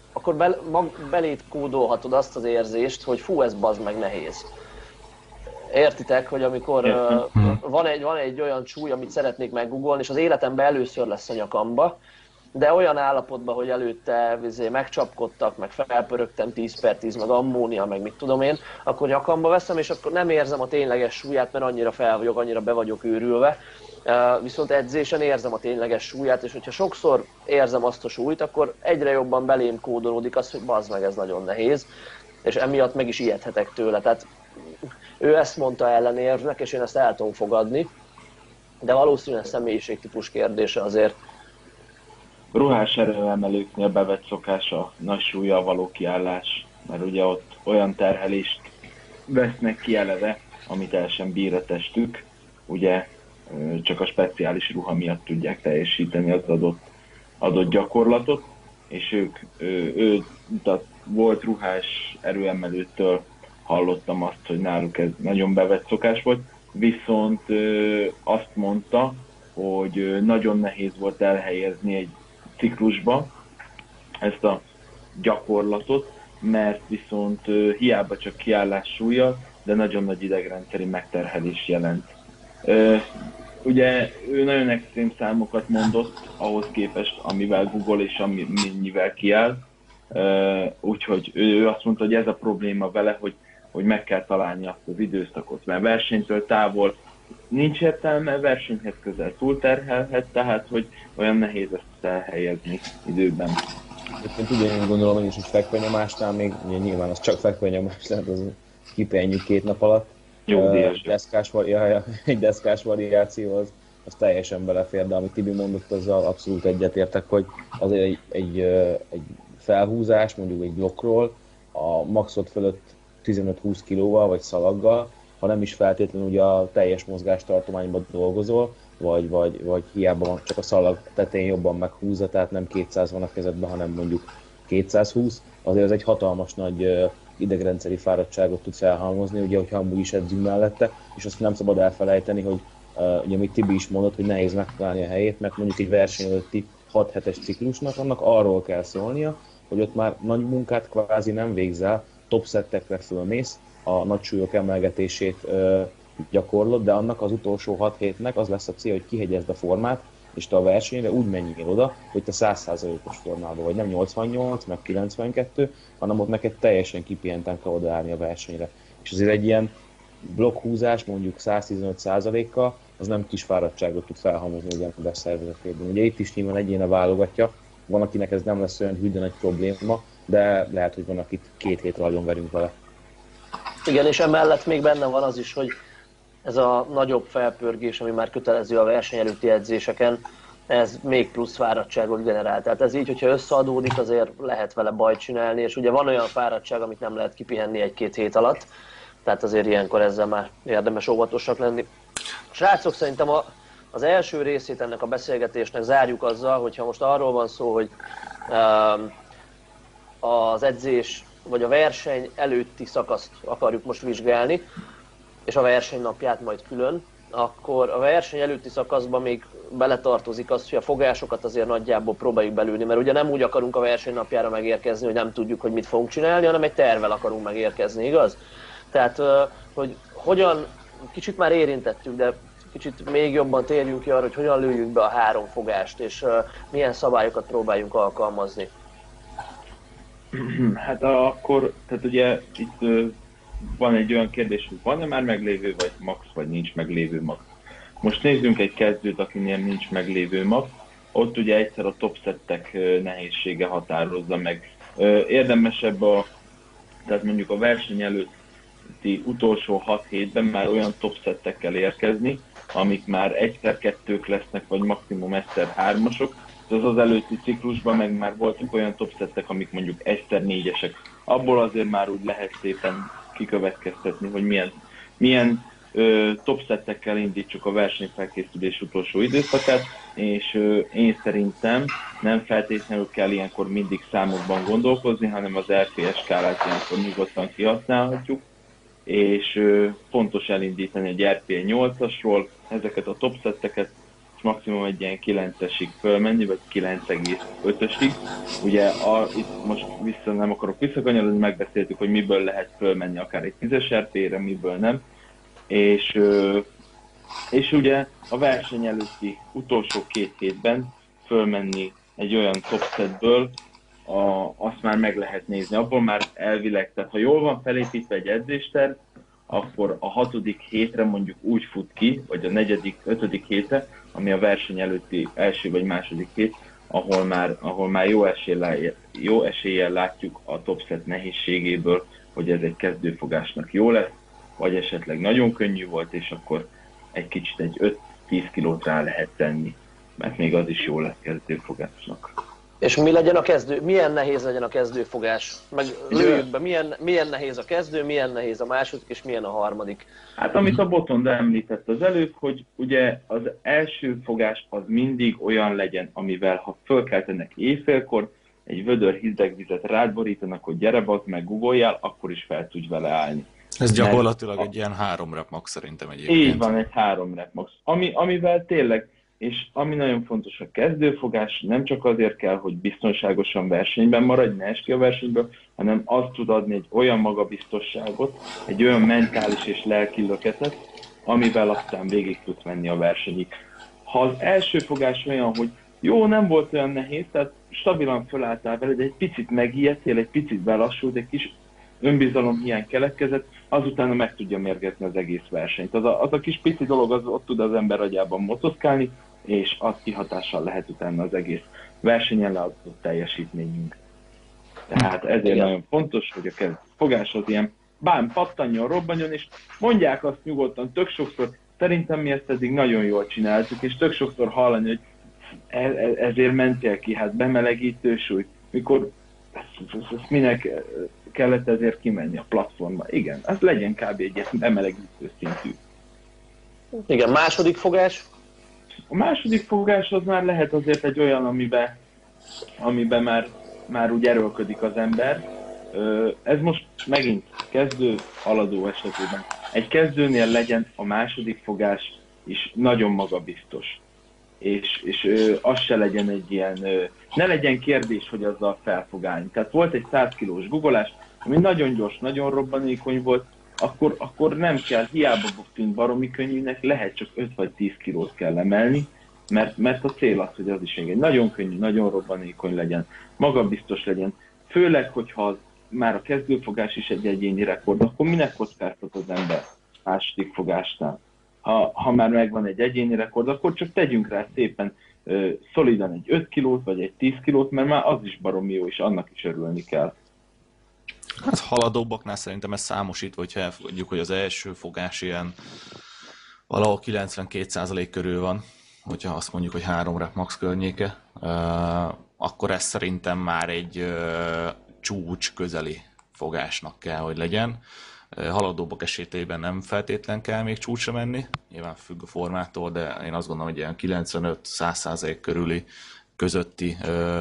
belét kódolhatod azt az érzést, hogy fú, ez bazd meg nehéz. Értitek, hogy amikor van egy olyan súly, amit szeretnék meggugolni, és az életemben először lesz a nyakamba, de olyan állapotban, hogy előtte megcsapkodtak, meg felpörögtem 10x10, meg ammónia, meg mit tudom én, akkor nyakamba veszem, és akkor nem érzem a tényleges súlyát, mert annyira fel vagyok, annyira be vagyok őrülve. Viszont edzésen érzem a tényleges súlyát, és hogyha sokszor érzem azt a súlyt, akkor egyre jobban belém kódolódik az, hogy bazd meg, ez nagyon nehéz, és emiatt meg is ijedhetek tőle. Tehát ő ezt mondta ellenérvnek, és én ezt el tudom fogadni, de valószínűleg személyiségtípus kérdése azért. ruhás erőemelőknél bevett szokás a nagy súllyal való kiállás, mert ugye ott olyan terhelést vesznek ki eleve, amit el sem bír a testük, ugye csak a speciális ruha miatt tudják teljesíteni az adott gyakorlatot, és tehát volt ruhás erőemelőtől hallottam azt, hogy náluk ez nagyon bevett szokás volt, viszont azt mondta, hogy nagyon nehéz volt elhelyezni egy ciklusba ezt a gyakorlatot, mert viszont hiába csak kiállás súlya, de nagyon nagy idegrendszeri megterhelés jelent. Ugye ő nagyon extrém számokat mondott ahhoz képest, amivel Google és amennyivel kiáll, úgyhogy ő azt mondta, hogy ez a probléma vele, hogy meg kell találni azt az időszakot, mert versenytől távol nincs értelme, versenyhez közel túlterhelhet, tehát hogy olyan nehéz ezt elhelyezni időben. Egyébként ugyanúgy gondolom én is, hogy fekvenyomásnál még, ugye nyilván az csak fekvenyomás, tehát az kipihenjük 2 nap alatt. Egy deszkás variáció az teljesen belefér, de amit Tibi mondott, azzal abszolút egyetértek, hogy azért egy felhúzás, mondjuk egy blokkról a maxot fölött 15-20 kilóval vagy szalaggal, ha nem is feltétlenül ugye a teljes mozgástartományban dolgozol, vagy hiába van csak a szalag tetején jobban meghúzza, tehát nem 200 van a kezedben, hanem mondjuk 220, azért az egy hatalmas nagy idegrendszeri fáradtságot tud felhalmozni, ugye, hogyha amúgy is edzünk mellette, és azt nem szabad elfelejteni, hogy ugye, amit Tibi is mondott, hogy nehéz megtalálni a helyét, mert mondjuk egy verseny előtti 6 hetes ciklusnak annak arról kell szólnia, hogy ott már nagy munkát kvázi nem végzel, top szettekre fölmész, a nagy súlyok emelgetését gyakorlod, de annak az utolsó 6 hétnek az lesz a cél, hogy kihegyezd a formát, és te a versenyre úgy menjél oda, hogy te 100%-os formában vagy, nem 88, meg 92, hanem ott neked teljesen kipihenten kell odaállni a versenyre. És azért egy ilyen blokkhúzás mondjuk 115%-kal, az nem kis fáradtságot tud felhalmozni ugye a szervezetében. Ugye itt is nyilván egyéne válogatja, van akinek ez nem lesz olyan hű, de nagy probléma, de lehet, hogy van, akit 2 hétre agyonverünk vele. Igen, és emellett még benne van az is, hogy ez a nagyobb felpörgés, ami már kötelező a verseny előtti edzéseken, ez még plusz fáradtságot generál. Tehát ez így, hogyha összeadódik, azért lehet vele bajt csinálni, és ugye van olyan fáradtság, amit nem lehet kipihenni 1-2 hét alatt, tehát azért ilyenkor ezzel már érdemes óvatosak lenni. Srácok, szerintem az első részét ennek a beszélgetésnek zárjuk azzal, hogyha most arról van szó, hogy az edzés vagy a verseny előtti szakaszt akarjuk most vizsgálni, és a versenynapját majd külön, akkor a verseny előtti szakaszban még beletartozik az, hogy a fogásokat azért nagyjából próbáljuk belülni, mert ugye nem úgy akarunk a versenynapjára megérkezni, hogy nem tudjuk, hogy mit fogunk csinálni, hanem egy tervvel akarunk megérkezni, igaz? Tehát, hogy hogyan, kicsit már érintettük, de kicsit még jobban térjünk ki arra, hogy hogyan lőjük be a 3 fogást, és milyen szabályokat próbáljunk alkalmazni. Hát akkor, tehát ugye itt van egy olyan kérdés, hogy van-e már meglévő vagy max, vagy nincs meglévő max. Most nézzünk egy kezdőt, akinél nincs meglévő max. Ott ugye egyszer a top szettek nehézsége határozza meg. Érdemesebb tehát mondjuk a verseny előtti utolsó 6 hétben már olyan top szettekkel érkezni, amik már 1x2-k lesznek, vagy maximum 1x3-asok. Az előtti ciklusban meg már voltak olyan top szettek, amik mondjuk 1x4-esek. Abból azért már úgy lehet szépen kikövetkeztetni, hogy milyen top szettekkel indítsuk a versenyfelkészülés utolsó időszakát, és én szerintem nem feltétlenül kell ilyenkor mindig számokban gondolkozni, hanem az RPS skálát ilyenkor nyugodtan kihasználhatjuk, és fontos elindítani egy RPE 8-asról ezeket a top szetteket, és maximum egy ilyen 9-esig fölmenni, vagy 9,5-ösig. Ugye itt most nem akarok visszakanyarodni, megbeszéltük, hogy miből lehet fölmenni akár egy 10-es RPE-re, miből nem. És ugye a verseny előtti utolsó 2 hétben fölmenni egy olyan top setből, azt már meg lehet nézni. Abból már elvileg, tehát ha jól van felépítve egy edzésterv, akkor a 6. hétre mondjuk úgy fut ki, vagy a 4., 5. hétre, ami a verseny előtti első vagy második hét, ahol már jó eséllyel látjuk a top set nehézségéből, hogy ez egy kezdőfogásnak jó lesz, vagy esetleg nagyon könnyű volt, és akkor egy kicsit egy 5-10 kilót rá lehet tenni. mert még az is jó lesz kezdőfogásnak. És mi legyen a kezdő? Milyen nehéz legyen a kezdőfogás? Meg lőjük be, milyen nehéz a kezdő, milyen nehéz a második, és milyen a harmadik? Hát amit a Botond említett az előbb, hogy ugye az első fogás az mindig olyan legyen, amivel ha fölkeltenek éjfélkor, egy vödör hideg vizet rád borítanak, hogy gyere bazd meg, guggoljál, akkor is fel tudj vele állni. Ez gyakorlatilag egy ilyen 3 rep max szerintem egyébként. Így van, egy 3 rep max. Amivel tényleg, és ami nagyon fontos, a kezdőfogás nem csak azért kell, hogy biztonságosan versenyben maradj, ne esd ki a versenyből, hanem azt tud adni egy olyan magabiztosságot, egy olyan mentális és lelki löketet, amivel aztán végig tudsz menni a versenyig. Ha az első fogás olyan, hogy jó, nem volt olyan nehéz, tehát stabilan fölálltál vele, de egy picit megijedtél, egy picit belassult, egy kis önbizalomhiány keletkezett, azután meg tudja mérgezni az egész versenyt. Az a kis pici dolog, az ott tud az ember agyában motoszkálni, és az kihatással lehet utána az egész versenyen leadott teljesítményünk. Tehát ezért igen, nagyon fontos, hogy a fogás az ilyen pattanjon, robbanjon, és mondják azt nyugodtan tök sokszor, szerintem mi ezt eddig nagyon jól csináltuk, és tök sokszor hallani, hogy ezért mentél ki, hát bemelegítő súly, mikor ezt minek kellett ezért kimenni a platformba. Igen, az legyen kb. Egy bemelegítő szintű. Igen, második fogás? A második fogás az már lehet azért egy olyan, amiben már úgy erőlködik az ember. Ez most megint kezdő, haladó esetében. Egy kezdőnél legyen a második fogás is nagyon magabiztos. És az se legyen egy ilyen, ne legyen kérdés, hogy azzal fel fog állni. Tehát volt egy 100 kilós guggolás, ami nagyon gyors, nagyon robbanékony volt, akkor nem kell, hiába tűnt baromi könnyűnek, lehet csak 5 vagy 10 kilót kell emelni, mert a cél az, hogy az is egy nagyon könnyű, nagyon robbanékony legyen, magabiztos legyen. Főleg, hogyha az, már a kezdőfogás is egy egyéni rekord, akkor minek kockáztat az ember második fogásnál? Ha már megvan egy egyéni rekord, akkor csak tegyünk rá szépen szolidan egy 5 kilót, vagy egy 10 kilót, mert már az is baromi jó, és annak is örülni kell. Hát haladóbbaknál szerintem ez számosítva, hogyha elfogadjuk, hogy az első fogás ilyen valahol 92% körül van, hogyha azt mondjuk, hogy 3 rep max környéke, akkor ez szerintem már egy csúcs közeli fogásnak kell, hogy legyen. Haladóbbak esetében nem feltétlen kell még csúcsra menni, nyilván függ a formától, de én azt gondolom, hogy ilyen 95-100% körüli közötti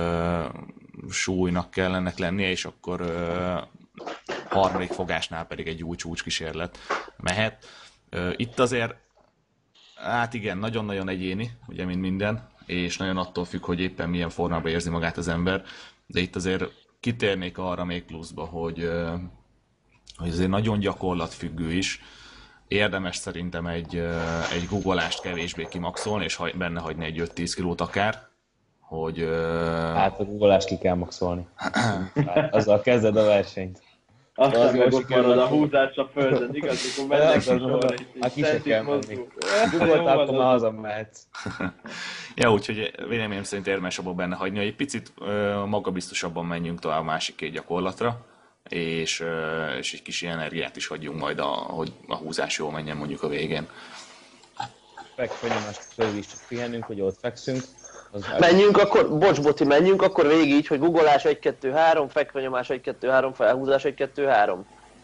súlynak kell ennek lennie, és akkor harmadik fogásnál pedig egy új csúcskísérlet mehet. Itt azért, hát igen, nagyon-nagyon egyéni, ugye mint minden, és nagyon attól függ, hogy éppen milyen formában érzi magát az ember, de itt azért kitérnék arra még pluszba, hogy azért nagyon gyakorlatfüggő is. Érdemes szerintem egy guggolást kevésbé kimaxolni, és benne hagyni egy 5-10 kilót akár, hogy... Hát a guggolást ki kell maxolni. Azzal kezded a versenyt. Aztán meg ott marad a húzás a földön, igaz? Akkor mennek sorra, hát ki se kell menni. Guggoltál, akkor már hazamehetsz. Ja, úgyhogy véleményem szerint érdemes abban benne hagyni, hogy egy picit magabiztosabban menjünk tovább a másik 2 gyakorlatra, és egy kis energiát is hagyjunk majd, hogy a húzás jól menjen mondjuk a végén. Fekvőnyomást fölül is csak pihenünk, hogy ott fekszünk. Menjünk akkor, bocs Boti, menjünk akkor végig így, hogy guggolás 1-2-3, fekvenyomás 1-2-3, felhúzás 1-2-3.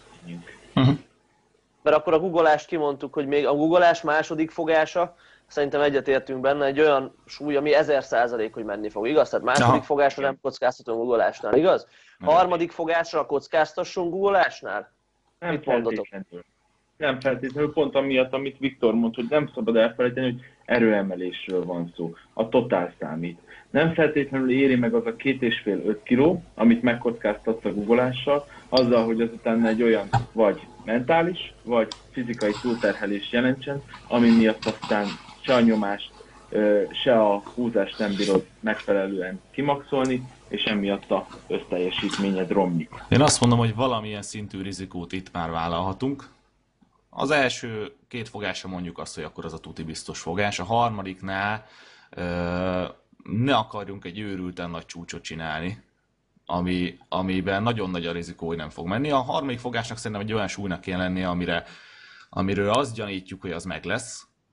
Mert akkor a guggolást kimondtuk, hogy még a guggolás második fogása, szerintem egyetértünk benne, egy olyan súly, ami 1000%, hogy menni fog, igaz? Tehát második fogásra nem kockáztatunk guggolásnál, igaz? Harmadik fogásra kockáztassunk guggolásnál? Nem feltétlenül. Nem feltétlenül, pont amiatt, amit Viktor mond, hogy nem szabad elfelejteni, hogy erőemelésről van szó. A totál számít. Nem feltétlenül éri meg az a 2,5-5 kiló, amit megkockáztatsz a guggolással, azzal, hogy azután egy olyan vagy mentális, vagy fizikai túlterhelés jelentsen, ami miatt aztán se a nyomást, se a húzást nem bírod megfelelően kimaxolni, és emiatt a összteljesítményed romlik. Én azt mondom, hogy valamilyen szintű rizikót itt már vállalhatunk. Az első 2 fogásra mondjuk azt, hogy akkor az a tuti biztos fogás. A harmadiknál ne akarjunk egy őrülten nagy csúcsot csinálni, amiben nagyon nagy a rizikó, hogy nem fog menni. A harmadik fogásnak szerintem egy olyan súlynak kell lennie, amiről azt gyanítjuk, hogy az meg lesz,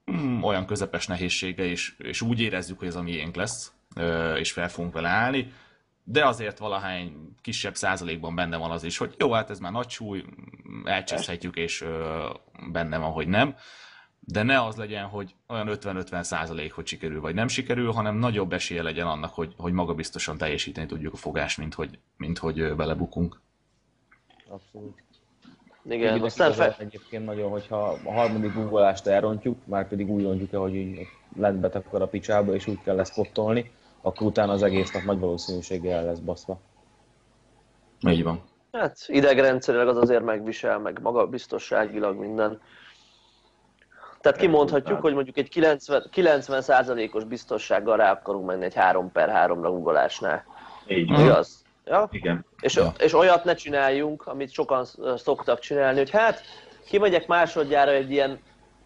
olyan közepes nehézsége, és úgy érezzük, hogy ez a miénk lesz, és fel fogunk vele állni, de azért valahány kisebb százalékban benne van az is, hogy jó, hát ez már nagy súly, elcseszhetjük, és benne van, hogy nem. De ne az legyen, hogy olyan 50-50 százalék, hogy sikerül vagy nem sikerül, hanem nagyobb esélye legyen annak, hogy magabiztosan teljesíteni tudjuk a fogást, mint hogy belebukunk. Abszolút. Igen, aztán egyébként nagyon, hogyha a harmadik guggolást elrontjuk, már pedig úgy rontjuk el, hogy így lent betakar a picsába, és úgy kell leszpottolni, akkor utána az egész nap nagy valószínűséggel el lesz baszva. Így van. Hát idegrendszerileg az azért megvisel, meg magabiztosságilag minden. Tehát kimondhatjuk, hogy mondjuk egy 90%-os biztossággal rá akarunk menni egy 3x3-ra guggolásnál. Így van. Igaz? Ja? Igen. És olyat ne csináljunk, amit sokan szoktak csinálni, hogy hát kimegyek másodjára egy ilyen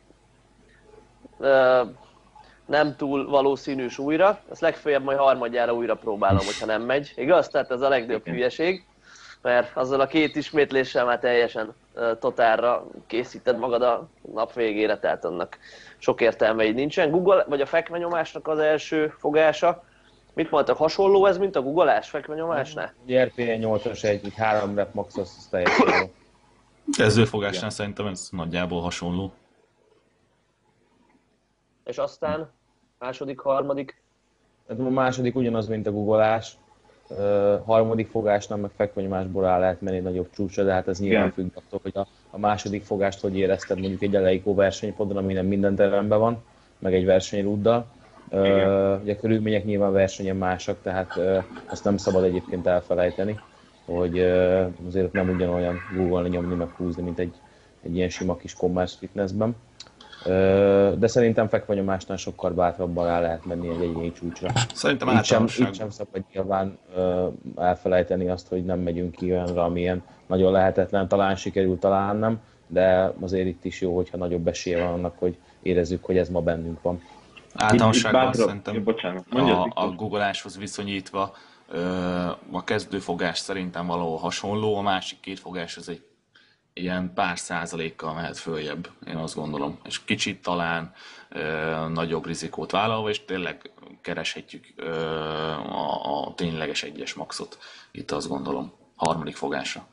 nem túl valószínű súlyra, azt legfeljebb majd harmadjára újra próbálom, hogyha nem megy. Igaz? Tehát ez a legnagyobb hülyeség, mert azzal a 2 ismétléssel már teljesen totálra készíted magad a nap végére, tehát annak sok értelme így nincsen. Google, vagy a fekvenyomásnak az első fogása, mit mondtak, hasonló ez, mint a guggolás fekvenyomásnál? RPE 8-as egy 3 rep max, az teljesen jó. Kezdőfogásnál szerintem ez nagyjából hasonló. És aztán második, harmadik? A második ugyanaz, mint a guggolás. Harmadik fogásnál meg fekvenyomásból rá lehet menni nagyobb csúcsra, de hát ez nyilván függ attól, hogy a második fogást hogy érezted mondjuk egy elejékó versenypodon, ami nem minden teremben van, meg egy versenyrúddal. Ugye a körülmények nyilván versenyen másak, tehát azt nem szabad egyébként elfelejteni, hogy azért nem ugyanolyan googolni, nyomni, meg húzni, mint egy ilyen sima kis commerce fitnessben. De szerintem fekvenyomásnál sokkal bátrabban rá lehet menni egy egyéni csúcsra. Szerintem így sem szabad nyilván elfelejteni azt, hogy nem megyünk ki olyanra, amilyen nagyon lehetetlen, talán sikerül, talán nem, de azért itt is jó, hogyha nagyobb esélye van annak, hogy érezzük, hogy ez ma bennünk van. Általánosságban szerintem a googoláshoz viszonyítva a kezdőfogás szerintem valahol hasonló, a másik 2 fogás az egy ilyen pár százalékkal mehet följebb, én azt gondolom. És kicsit talán nagyobb rizikót vállalva, és tényleg kereshetjük a tényleges egyes maxot. Itt azt gondolom, harmadik fogásra.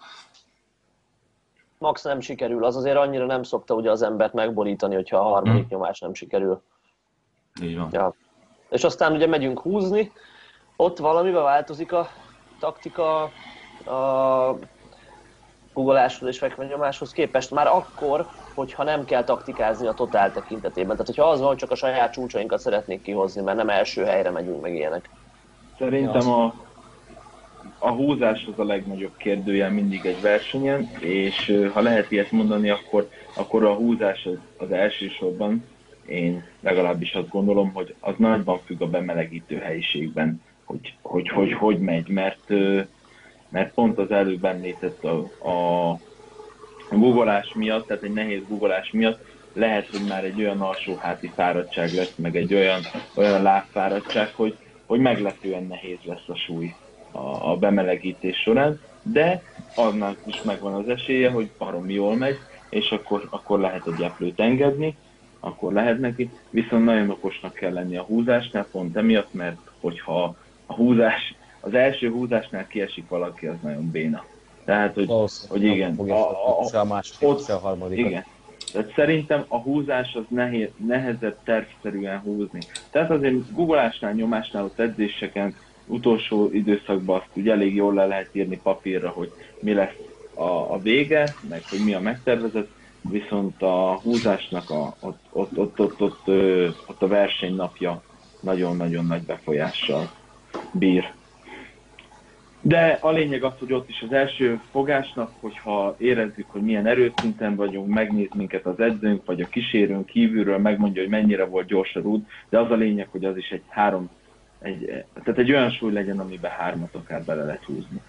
Max nem sikerül, az azért annyira nem szokta ugye az embert megborítani, hogyha a harmadik nyomás nem sikerül. Így van. Ja. És aztán ugye megyünk húzni, ott valamivel változik a taktika a guggoláshoz és fekvenyomáshoz képest már akkor, hogyha nem kell taktikázni a totál tekintetében. Tehát hogyha az van, hogy csak a saját csúcsainkat szeretnék kihozni, mert nem első helyre megyünk meg ilyenek. Szerintem a húzás az a legnagyobb kérdőjel mindig egy versenyen, és ha lehet ilyet mondani, akkor a húzás az elsősorban, én legalábbis azt gondolom, hogy az nagyban függ a bemelegítő helyiségben, hogy megy, mert pont az előbb említett a googolás miatt, tehát egy nehéz googolás miatt lehet, hogy már egy olyan alsóháti fáradtság lesz, meg egy olyan lábfáradtság, hogy meglepően nehéz lesz a súly a bemelegítés során, de annak is megvan az esélye, hogy baromi jól megy, és akkor lehet egy eplőt engedni, akkor lehet neki, viszont nagyon okosnak kell lenni a húzásnál, pont emiatt, mert hogyha az első húzásnál kiesik valaki, az nagyon béna. Tehát, hogy igen, a második, a harmadik. Igen. Tehát szerintem a húzás az nehezebb tervszerűen húzni. Tehát azért googolásnál, nyomásnál, ott edzéseken, utolsó időszakban azt ugye elég jól le lehet írni papírra, hogy mi lesz a vége, meg hogy mi a megtervezett, viszont a húzásnak ott a versenynapja nagyon-nagyon nagy befolyással bír. De a lényeg az, hogy ott is az első fogásnak, hogyha érezzük, hogy milyen erőszinten vagyunk, megnéz minket az edzőnk, vagy a kísérőnk kívülről, megmondja, hogy mennyire volt gyors a rúd, de az a lényeg, hogy az is tehát egy olyan súly legyen, amiben 3 akár bele lehet húzni.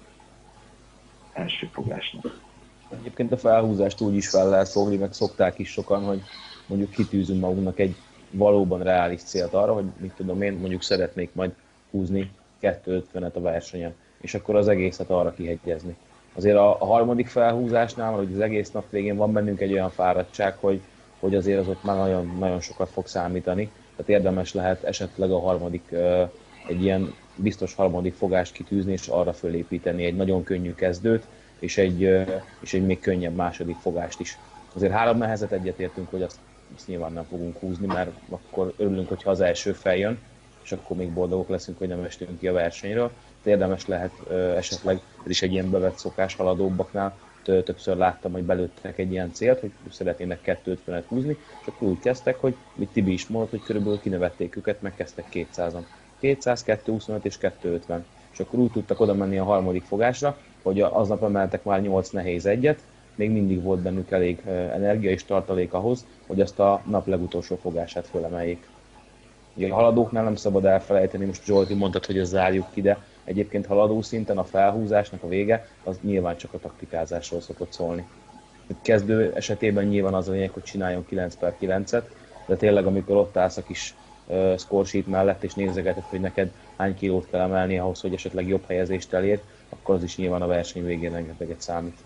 Első fogásnak. Egyébként a felhúzást úgy is fel lehet fogni, meg szokták is sokan, hogy mondjuk kitűzünk magunknak egy valóban reális célt arra, hogy mit tudom én, mondjuk szeretnék majd húzni 250-et a versenyen, és akkor az egészet arra kihegyezni. Azért a harmadik felhúzásnál, hogy az egész nap végén van bennünk egy olyan fáradtság, hogy hogy azért az ott már nagyon, nagyon sokat fog számítani. Tehát érdemes lehet esetleg a harmadik, egy ilyen biztos harmadik fogást kitűzni, és arra fölépíteni egy nagyon könnyű kezdőt, és egy még könnyebb második fogást is. Azért 3 nehezet egyetértünk, hogy azt nyilván nem fogunk húzni, mert akkor örülünk, hogyha az első feljön, és akkor még boldogok leszünk, hogy nem estünk ki a versenyről. De érdemes lehet esetleg, ez is egy ilyen bevett szokás haladóbbaknál, többször láttam, hogy belőttek egy ilyen célt, hogy szeretnének 250-et húzni, és akkor úgy kezdtek, hogy mit Tibi is mondott, hogy körülbelül kinevették őket, meg kezdtek 200-an. 200, 225 és 250. És akkor úgy tudtak oda menni a harmadik fogásra, hogy aznap emeltek már 8 nehéz egyet, még mindig volt bennük elég energia és tartalék ahhoz, hogy azt a nap legutolsó fogását fölemeljék. Ugye a haladóknál nem szabad elfelejteni, most Zsolti mondtad, hogy ezt zárjuk ki, de egyébként haladó szinten a felhúzásnak a vége, az nyilván csak a taktikázásról szokott szólni. Kezdő esetében nyilván az a lényeg, hogy csináljon 9x9-et, de tényleg amikor ott állsz a kis score sheet mellett, és nézegeted, hogy neked hány kilót kell emelni ahhoz, hogy esetleg jobb helyezést elérj, akkor az is nyilván a verseny végén rengeteget számít.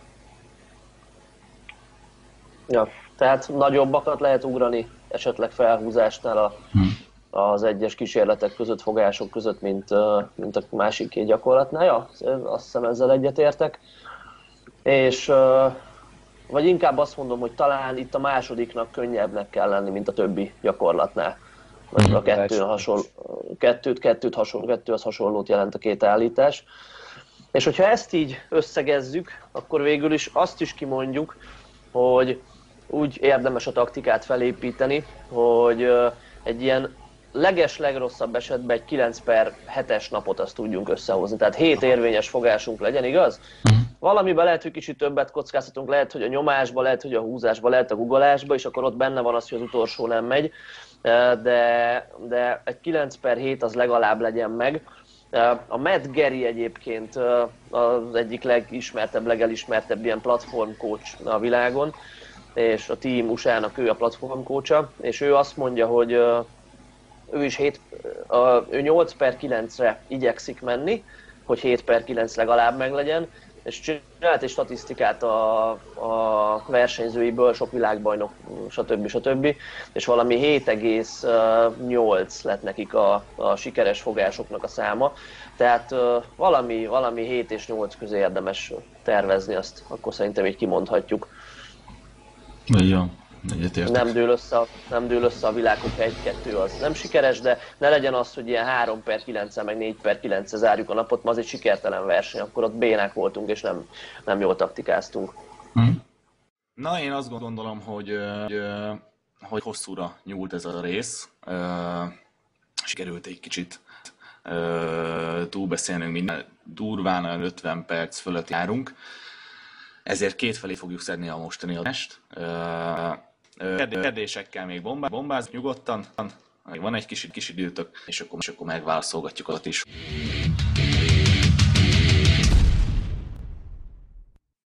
Ja, tehát nagyobbakat lehet ugrani esetleg felhúzásnál az egyes kísérletek között, fogások között, mint a másik két gyakorlatnál. Ja, azt hiszem ezzel egyetértek. És vagy inkább azt mondom, hogy talán itt a másodiknak könnyebbnek kell lenni, mint a többi gyakorlatnál. Mert a kettő az hasonlót jelent a két állítás. És hogyha ezt így összegezzük, akkor végül is azt is kimondjuk, hogy úgy érdemes a taktikát felépíteni, hogy egy ilyen legrosszabb esetben egy 9x7-es napot azt tudjunk összehozni. Tehát 7 érvényes fogásunk legyen, igaz? Valamiben lehet, hogy kicsit többet kockáztatunk, lehet, hogy a nyomásba, lehet, hogy a húzásba, lehet a guggolásba, és akkor ott benne van az, hogy az utolsó nem megy, de egy 9x7 az legalább legyen meg. A Matt Gary egyébként az egyik legismertebb, legelismertebb ilyen platform coach a világon, és a Team USA-nak ő a platform coacha, és ő azt mondja, hogy ő is 8x9-re igyekszik menni, hogy 7x9 legalább meglegyen, és csinált egy statisztikát a versenyzőiből, sok világbajnok, stb. És valami 7,8 lett nekik a sikeres fogásoknak a száma. Tehát valami 7 és 8 közé érdemes tervezni, azt akkor szerintem így kimondhatjuk. Jó. Nem dől össze a világ, hogyha 1-2 az nem sikeres, de ne legyen az, hogy ilyen 3x9-el meg 4x9-el zárjuk a napot, ma az egy sikertelen verseny, akkor ott bénák voltunk és nem jól taktikáztunk. Na, én azt gondolom, hogy hosszúra nyúlt ez a rész. Sikerült egy kicsit túlbeszélnünk, minden durván 50 perc fölött járunk. Ezért kétfelé fogjuk szedni a mostani adást. Kérdésekkel még bombázunk nyugodtan. Van egy kis időtök, és akkor megválaszolgatjuk azt is.